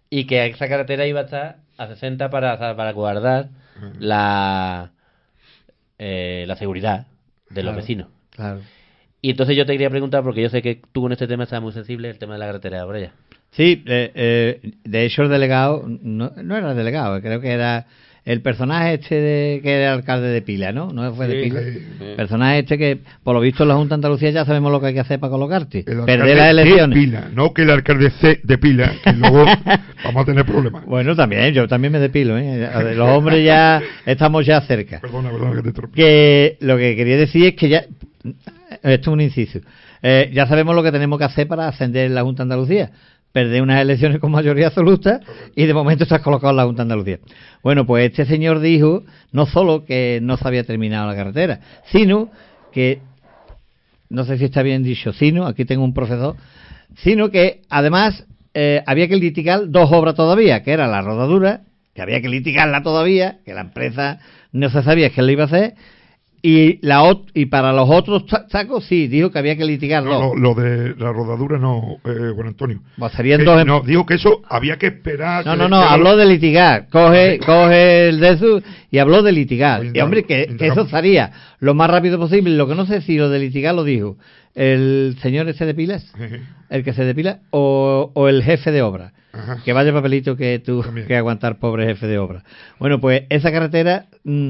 y que esa carretera iba a estar a 60 para guardar la seguridad de los vecinos. Claro. Y entonces yo te quería preguntar, porque yo sé que tú con este tema estás muy sensible, el tema de la carretera de Brella. Sí, de hecho el delegado, no era el delegado, creo que era el personaje que era alcalde de Pila, ¿no? No fue de Pila. El personaje que, por lo visto en la Junta de Andalucía ya sabemos lo que hay que hacer para colocarte. Perder las elecciones. De Pila, no que el alcalde C de Pila, que luego vamos a tener problemas. Bueno, también, yo también me depilo, ¿eh? Los hombres ya estamos ya cerca. Perdona que te atropelle. Que lo que quería decir es que ya, esto es un inciso, ya sabemos lo que tenemos que hacer para ascender en la Junta de Andalucía. Perder unas elecciones con mayoría absoluta y de momento estás colocado en la Junta de Andalucía. Bueno, pues este señor dijo no solo que no se había terminado la carretera, sino que, no sé si está bien dicho, aquí tengo un profesor, sino que además había que litigar 2 obras todavía, que era la rodadura, que había que litigarla todavía, que la empresa no se sabía qué le iba a hacer, y para los otros sacos sí, dijo que había que litigarlo. Lo de la rodadura no, Juan Antonio. Pues serían dos. No, dijo que eso había que esperar. No, habló de litigar. Coge el de eso y habló de litigar. Y hombre, que eso estaría lo más rápido posible. Lo que no sé si lo de litigar lo dijo el señor ese de Pilas, el que se depila, o el jefe de obra. Ajá. Que vaya papelito que tú que aguantar, pobre jefe de obra. Bueno, pues esa carretera.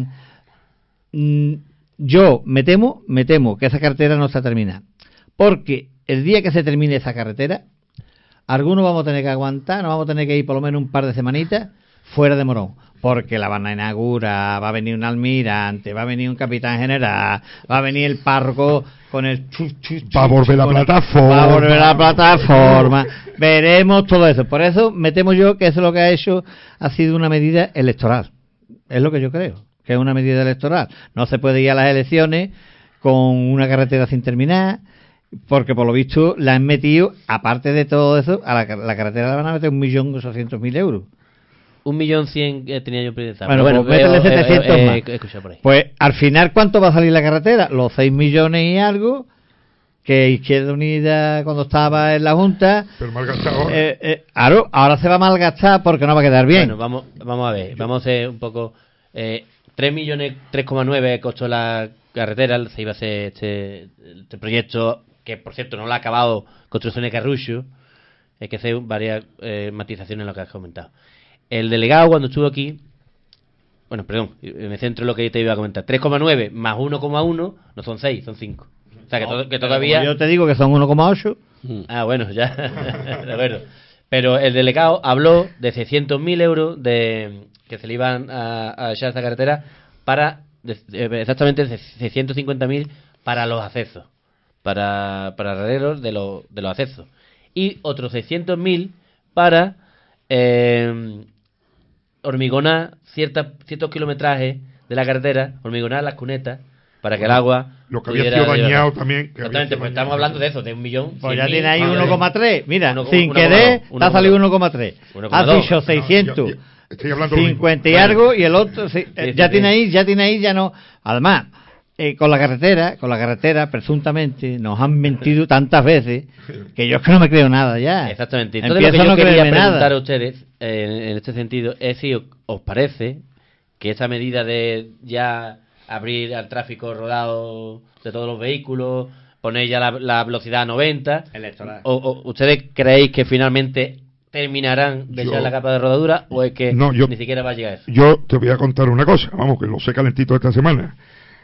Yo me temo que esa carretera no se termina, porque el día que se termine esa carretera, algunos vamos a tener que aguantar, nos vamos a tener que ir por lo menos un par de semanitas fuera de Morón, porque la van a inaugurar, va a venir un almirante, va a venir un capitán general, va a venir el párroco con el va a volver la plataforma, veremos todo eso. Por eso me temo yo que eso lo que ha hecho ha sido una medida electoral, es lo que yo creo, que es una medida electoral. No se puede ir a las elecciones con una carretera sin terminar, porque por lo visto la han metido, aparte de todo eso, a la carretera la van a meter 1.800.000 euros. 1.100.000 tenía yo pensado. Bueno, pues métele 700 más. Por ahí. Pues al final, ¿cuánto va a salir la carretera? Los 6 millones y algo que Izquierda Unida cuando estaba en la Junta. Pero malgastado. Ahora se va a malgastar porque no va a quedar bien. Bueno, vamos a ver, vamos a hacer un poco. 3,9 costó la carretera, se iba a hacer este proyecto, que por cierto no lo ha acabado Construcción de Carrucho. Hay que hacer varias matizaciones en lo que has comentado. El delegado, cuando estuvo aquí, me centro en lo que te iba a comentar, 3,9 más 1,1 no son 6, son 5. O sea, que todavía... Yo te digo que son 1,8. Ah, bueno, ya, de acuerdo. Pero el delegado habló de 600.000 euros que se le iban a echar a esta carretera para exactamente 650.000 para los accesos, para arreglos de los accesos, y otros 600.000 para hormigonar ciertos kilometrajes de la carretera, hormigonar las cunetas para que el agua... Lo que había sido dañado también. Exactamente, pues estamos hablando de eso, de 1.100.000. Pues ya tiene ahí 1,3. Mira, sin querer, te ha salido 1,3. Has dicho 600. Estoy hablando 50 y algo, y el otro ya tiene ahí, ya no. Además, con la carretera, presuntamente, nos han mentido tantas veces que yo es que no me creo nada ya. Exactamente. Entonces, lo que yo quería preguntar a ustedes, en este sentido, es si os parece que esa medida de ya abrir al tráfico rodado de todos los vehículos, poner ya la velocidad a 90, electoral, o ustedes creéis que finalmente terminarán de echar la capa de rodadura, o es que ni siquiera va a llegar eso? Yo te voy a contar una cosa, vamos, que lo sé calentito esta semana.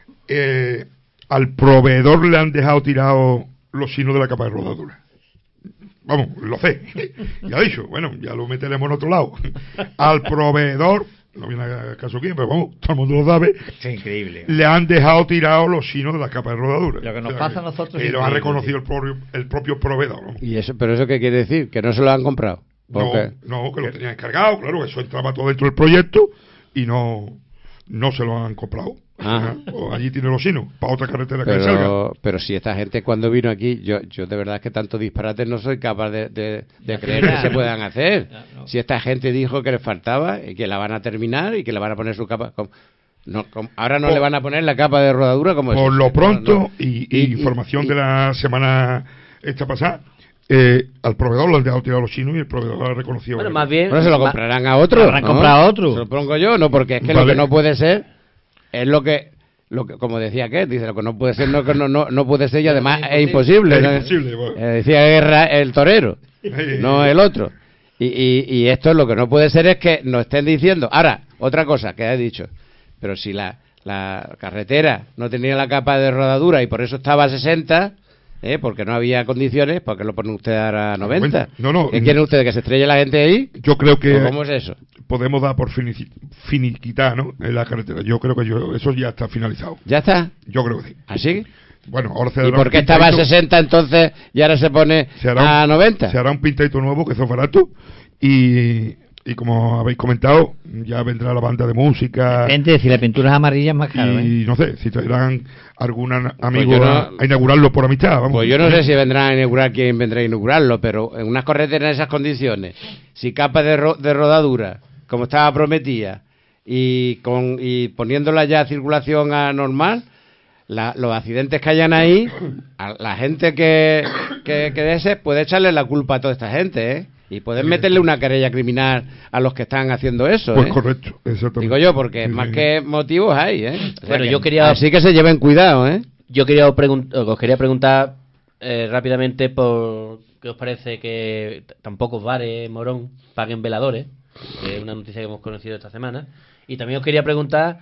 Al proveedor le han dejado tirado los signos de la capa de rodadura. Vamos, lo sé. Ya he dicho, bueno, ya lo meteremos en otro lado. Al proveedor, no viene a caso quién, pero vamos, todo el mundo lo sabe. Es increíble. Le han dejado tirados los signos de la capa de rodadura. Lo que nos pasa a nosotros. Y lo ha reconocido el propio proveedor, ¿no? ¿Y eso, pero eso qué quiere decir? ¿Que no se lo han comprado? No, que lo tenían encargado, claro, eso entraba todo dentro del proyecto y no se lo han comprado. O allí tiene los signos, para otra carretera que salga. Pero si esta gente cuando vino aquí, yo de verdad que tantos disparates no soy capaz de creer que se puedan hacer. No. Si esta gente dijo que les faltaba y que la van a terminar y que le van a poner su capa... ahora no le van a poner la capa de rodadura como por lo pronto, y información de la semana esta pasada, al proveedor lo han dejado tirado los chinos y el proveedor lo ha reconocido. Bueno, más bien... Bueno, se lo comprarán a otro. Habrán comprado a otro. Se lo pongo yo, no, porque es que lo que no puede ser es lo que como decía que dice, lo que no puede ser no puede ser y además es imposible. Es ¿no? imposible, bueno. Decía Guerra el torero, no el otro. Y esto es lo que no puede ser es que nos estén diciendo. Ahora, otra cosa que he dicho, pero si la carretera no tenía la capa de rodadura y por eso estaba a 60, porque no había condiciones, ¿por qué lo pone usted ahora a 90? No, ¿Qué quieren ustedes, que se estrelle la gente ahí? Yo creo que... ¿Cómo es eso? Podemos dar por finiquitar, ¿no? En la carretera. Yo creo que eso ya está finalizado. ¿Ya está? Yo creo que sí. ¿Así? Bueno, ahora se ¿Y hará por un qué estaba a pintadito, 60 entonces y ahora se pone a 90? Se hará un pintadito nuevo, que eso es barato, y como habéis comentado, ya vendrá la banda de música. Depende, si la pintura es amarilla es más caro, y no sé, si traerán algún amigo Pues a inaugurarlo por amistad. Vamos. Pues yo no sé si vendrá a inaugurar quién vendrá a inaugurarlo, pero en unas carreteras en esas condiciones, si capa de rodadura, como estaba prometida, y poniéndola ya a circulación normal, los accidentes que hayan ahí, a la gente que ese puede echarle la culpa a toda esta gente, y pueden meterle una querella criminal a los que están haciendo eso. Pues correcto, exactamente. Digo yo, porque más que motivos hay, O sea, yo quería... Así que se lleven cuidado, Yo os quería preguntar rápidamente por qué os parece que tan pocos bares en Morón paguen veladores, que es una noticia que hemos conocido esta semana. Y también os quería preguntar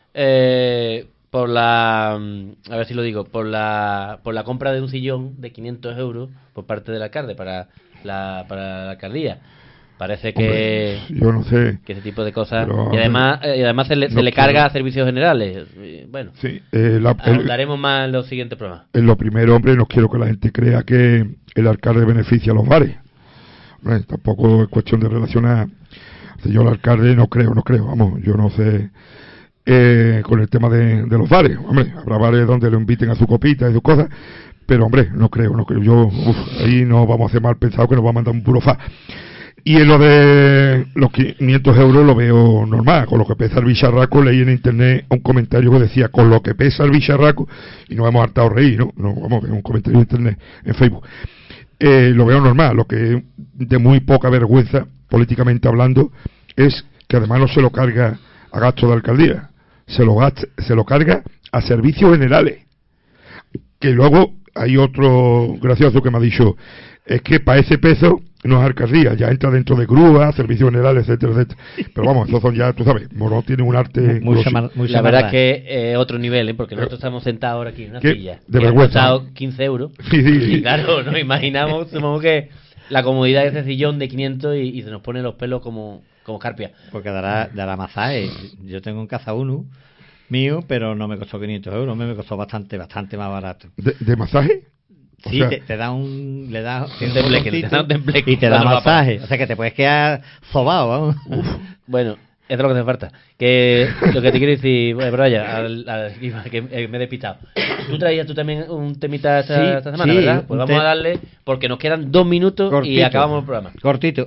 por la... a ver si lo digo, por la compra de un sillón de 500 euros por parte del alcalde para la alcaldía. Parece que... Hombre, yo no sé. Que ese tipo de cosas... Pero, y además se le carga a servicios generales. Bueno, sí, ahondaremos más en los siguientes programas. En lo primero, hombre, no quiero que la gente crea que el alcalde beneficia a los bares. Hombre, tampoco es cuestión de relacionar. Yo el alcalde no creo, vamos, yo no sé con el tema de los bares. Hombre, habrá bares donde lo inviten a su copita y sus cosas, pero hombre, no creo. Yo, ahí no vamos a hacer mal pensado que nos va a mandar un puro fa. Y en lo de los 500 euros lo veo normal, con lo que pesa el bicharraco. Leí en internet un comentario que decía, con lo que pesa el bicharraco, y nos hemos hartado reír, ¿no? Vamos a ver un comentario en internet, en Facebook. Lo veo normal. Lo que es de muy poca vergüenza, políticamente hablando, es que además no se lo carga a gasto de alcaldía, se lo carga a servicios generales. Que luego hay otro gracioso que me ha dicho, es que para ese peso no es alcaldía, ya entra dentro de grúas, servicios generales, etcétera, etcétera. Pero vamos, esos son ya, tú sabes, Morón tiene un arte... La verdad es que otro nivel, porque nosotros estamos sentados ahora aquí en una silla. De vergüenza. Hemos costado 15 euros. Sí. Y claro, nos imaginamos, supongo que la comodidad de ese sillón de 500 y se nos ponen los pelos como escarpia. Porque dará masaje. Yo tengo en casa uno mío, pero no me costó 500 euros, me costó bastante más barato. ¿De masaje? Sí, te da un tembleque y te da masaje. O sea que te puedes quedar sobado, vamos. Bueno, eso es lo que hace falta. Que lo que te quiero decir, Brian, que me he despistado. Tú traías también un temita esta semana, ¿verdad? Pues vamos a darle, porque nos quedan 2 minutos cortito, y acabamos el programa. Cortito.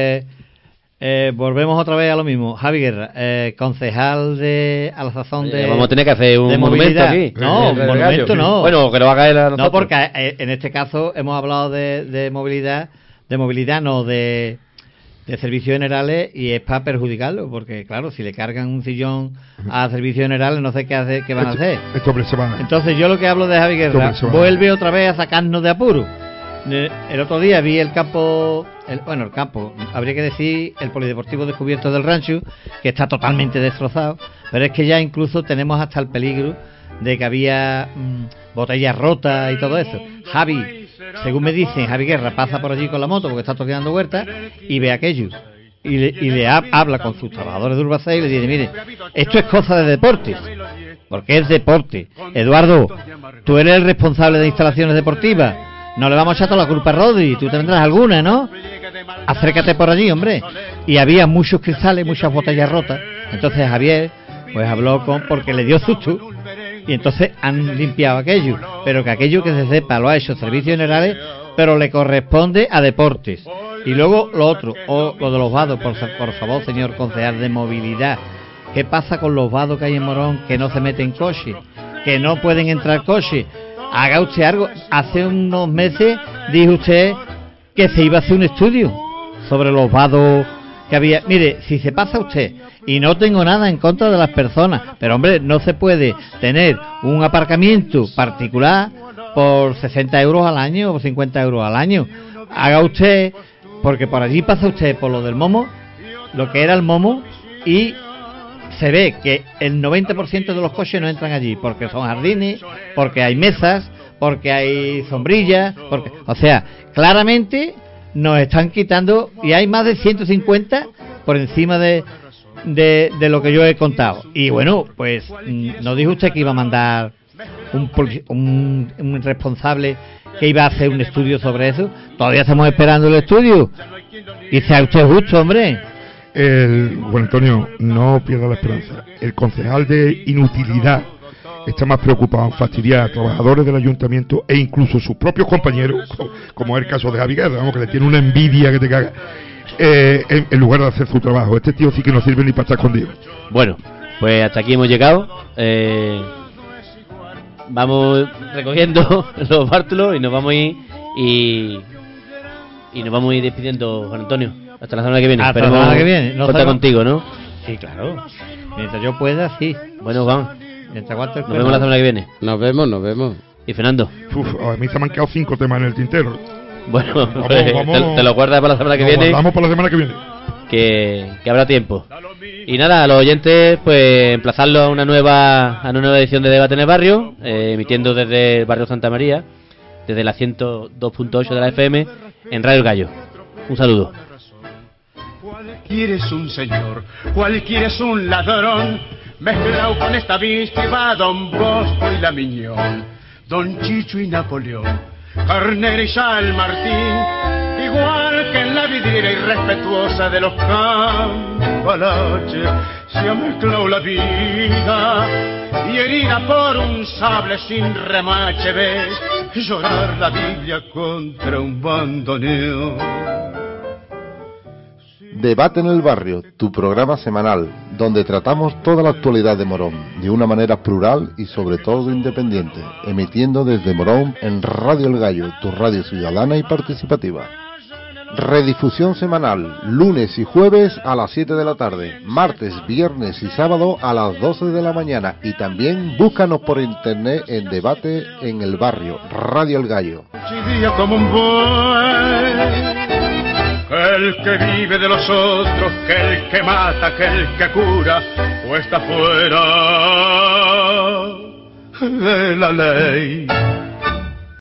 Volvemos otra vez a lo mismo. Javi Guerra, concejal a la sazón de... Vamos a tener que hacer un monumento aquí. No, un monumento no. Bueno, que lo haga él a nosotros. No, porque en este caso hemos hablado de movilidad, no de servicios generales, y es para perjudicarlo, porque claro, si le cargan un sillón a servicios generales, no sé qué van a hacer. Entonces yo lo que hablo de Javi Guerra, vuelve otra vez a sacarnos de apuro. El otro día vi el campo, habría que decir el polideportivo descubierto del Rancho, que está totalmente destrozado, pero es que ya incluso tenemos hasta el peligro de que había botellas rotas y todo eso. Javi, según me dicen, Javi Guerra pasa por allí con la moto porque está toqueando huertas y ve aquello. Y le habla con sus trabajadores de Urbacea y le dice, mire, esto es cosa de deportes, porque es deporte. Eduardo, tú eres el responsable de instalaciones deportivas. No le vamos a echar toda la culpa a Rodri, tú tendrás alguna, ¿no? Acércate por allí, hombre. Y había muchos cristales, muchas botellas rotas. Entonces Javier, pues habló porque le dio susto. Y entonces han limpiado aquello. Pero que aquello que se sepa lo ha hecho Servicios Generales, pero le corresponde a Deportes. Y luego lo otro, lo de los vados, por favor, señor concejal de movilidad. ¿Qué pasa con los vados que hay en Morón que no se meten coches? Que no pueden entrar coches. Haga usted algo. Hace unos meses dijo usted que se iba a hacer un estudio sobre los vados que había. Mire, si se pasa usted, y no tengo nada en contra de las personas, pero hombre, no se puede tener un aparcamiento particular por 60 euros al año o 50 euros al año. Haga usted, porque por allí pasa usted por lo del Momo, lo que era el Momo, y se ve que el 90% de los coches no entran allí, porque son jardines, porque hay mesas, porque hay sombrillas, porque, o sea, claramente nos están quitando, y hay más de 150 por encima de lo que yo he contado. Y bueno, pues ¿no dijo usted que iba a mandar un responsable que iba a hacer un estudio sobre eso? Todavía estamos esperando el estudio. Y sea usted justo, hombre. Bueno, Antonio, no pierda la esperanza. El concejal de inutilidad está más preocupado en fastidiar a trabajadores del ayuntamiento e incluso sus propios compañeros, como es el caso de Javi Guerra, vamos, que le tiene una envidia que te caga, en lugar de hacer su trabajo. Este tío sí que no sirve ni para estar escondido. Bueno, pues hasta aquí hemos llegado. Vamos recogiendo los bártulos y nos vamos a ir y nos vamos a ir despidiendo, Juan Antonio. Hasta la semana que viene. Hasta la semana que viene. Cuenta contigo, ¿no? Sí, claro. Mientras yo pueda, sí. Bueno, Juan. Nos vemos la semana que viene. Nos vemos. ¿Y Fernando? A mí se me han quedado 5 temas en el tintero. Bueno, vamos. Te lo guardas para la semana que viene. Vamos para la semana que viene. Que habrá tiempo. Y nada, a los oyentes, pues emplazarlos a una nueva edición de Debate en el Barrio, emitiendo desde el barrio Santa María, desde la 102.8 de la FM, en Radio El Gallo. Un saludo. Cualquiera es un señor, cualquiera es un ladrón, mezclado con esta víctima, Don Bosco y la Miñón, Don Chicho y Napoleón, Carnera y San Martín, igual que en la vidriera irrespetuosa de los Cambalaches, se ha mezclado la vida, y herida por un sable sin remache ves llorar la Biblia contra un bandoneón. Debate en el Barrio, tu programa semanal, donde tratamos toda la actualidad de Morón, de una manera plural y sobre todo independiente, emitiendo desde Morón en Radio El Gallo, tu radio ciudadana y participativa. Redifusión semanal, lunes y jueves a las 7 de la tarde, martes, viernes y sábado a las 12 de la mañana, y también búscanos por internet en Debate en el Barrio, Radio El Gallo. Como un buey, que el que vive de los otros, que el que mata, que el que cura, o está fuera de la ley.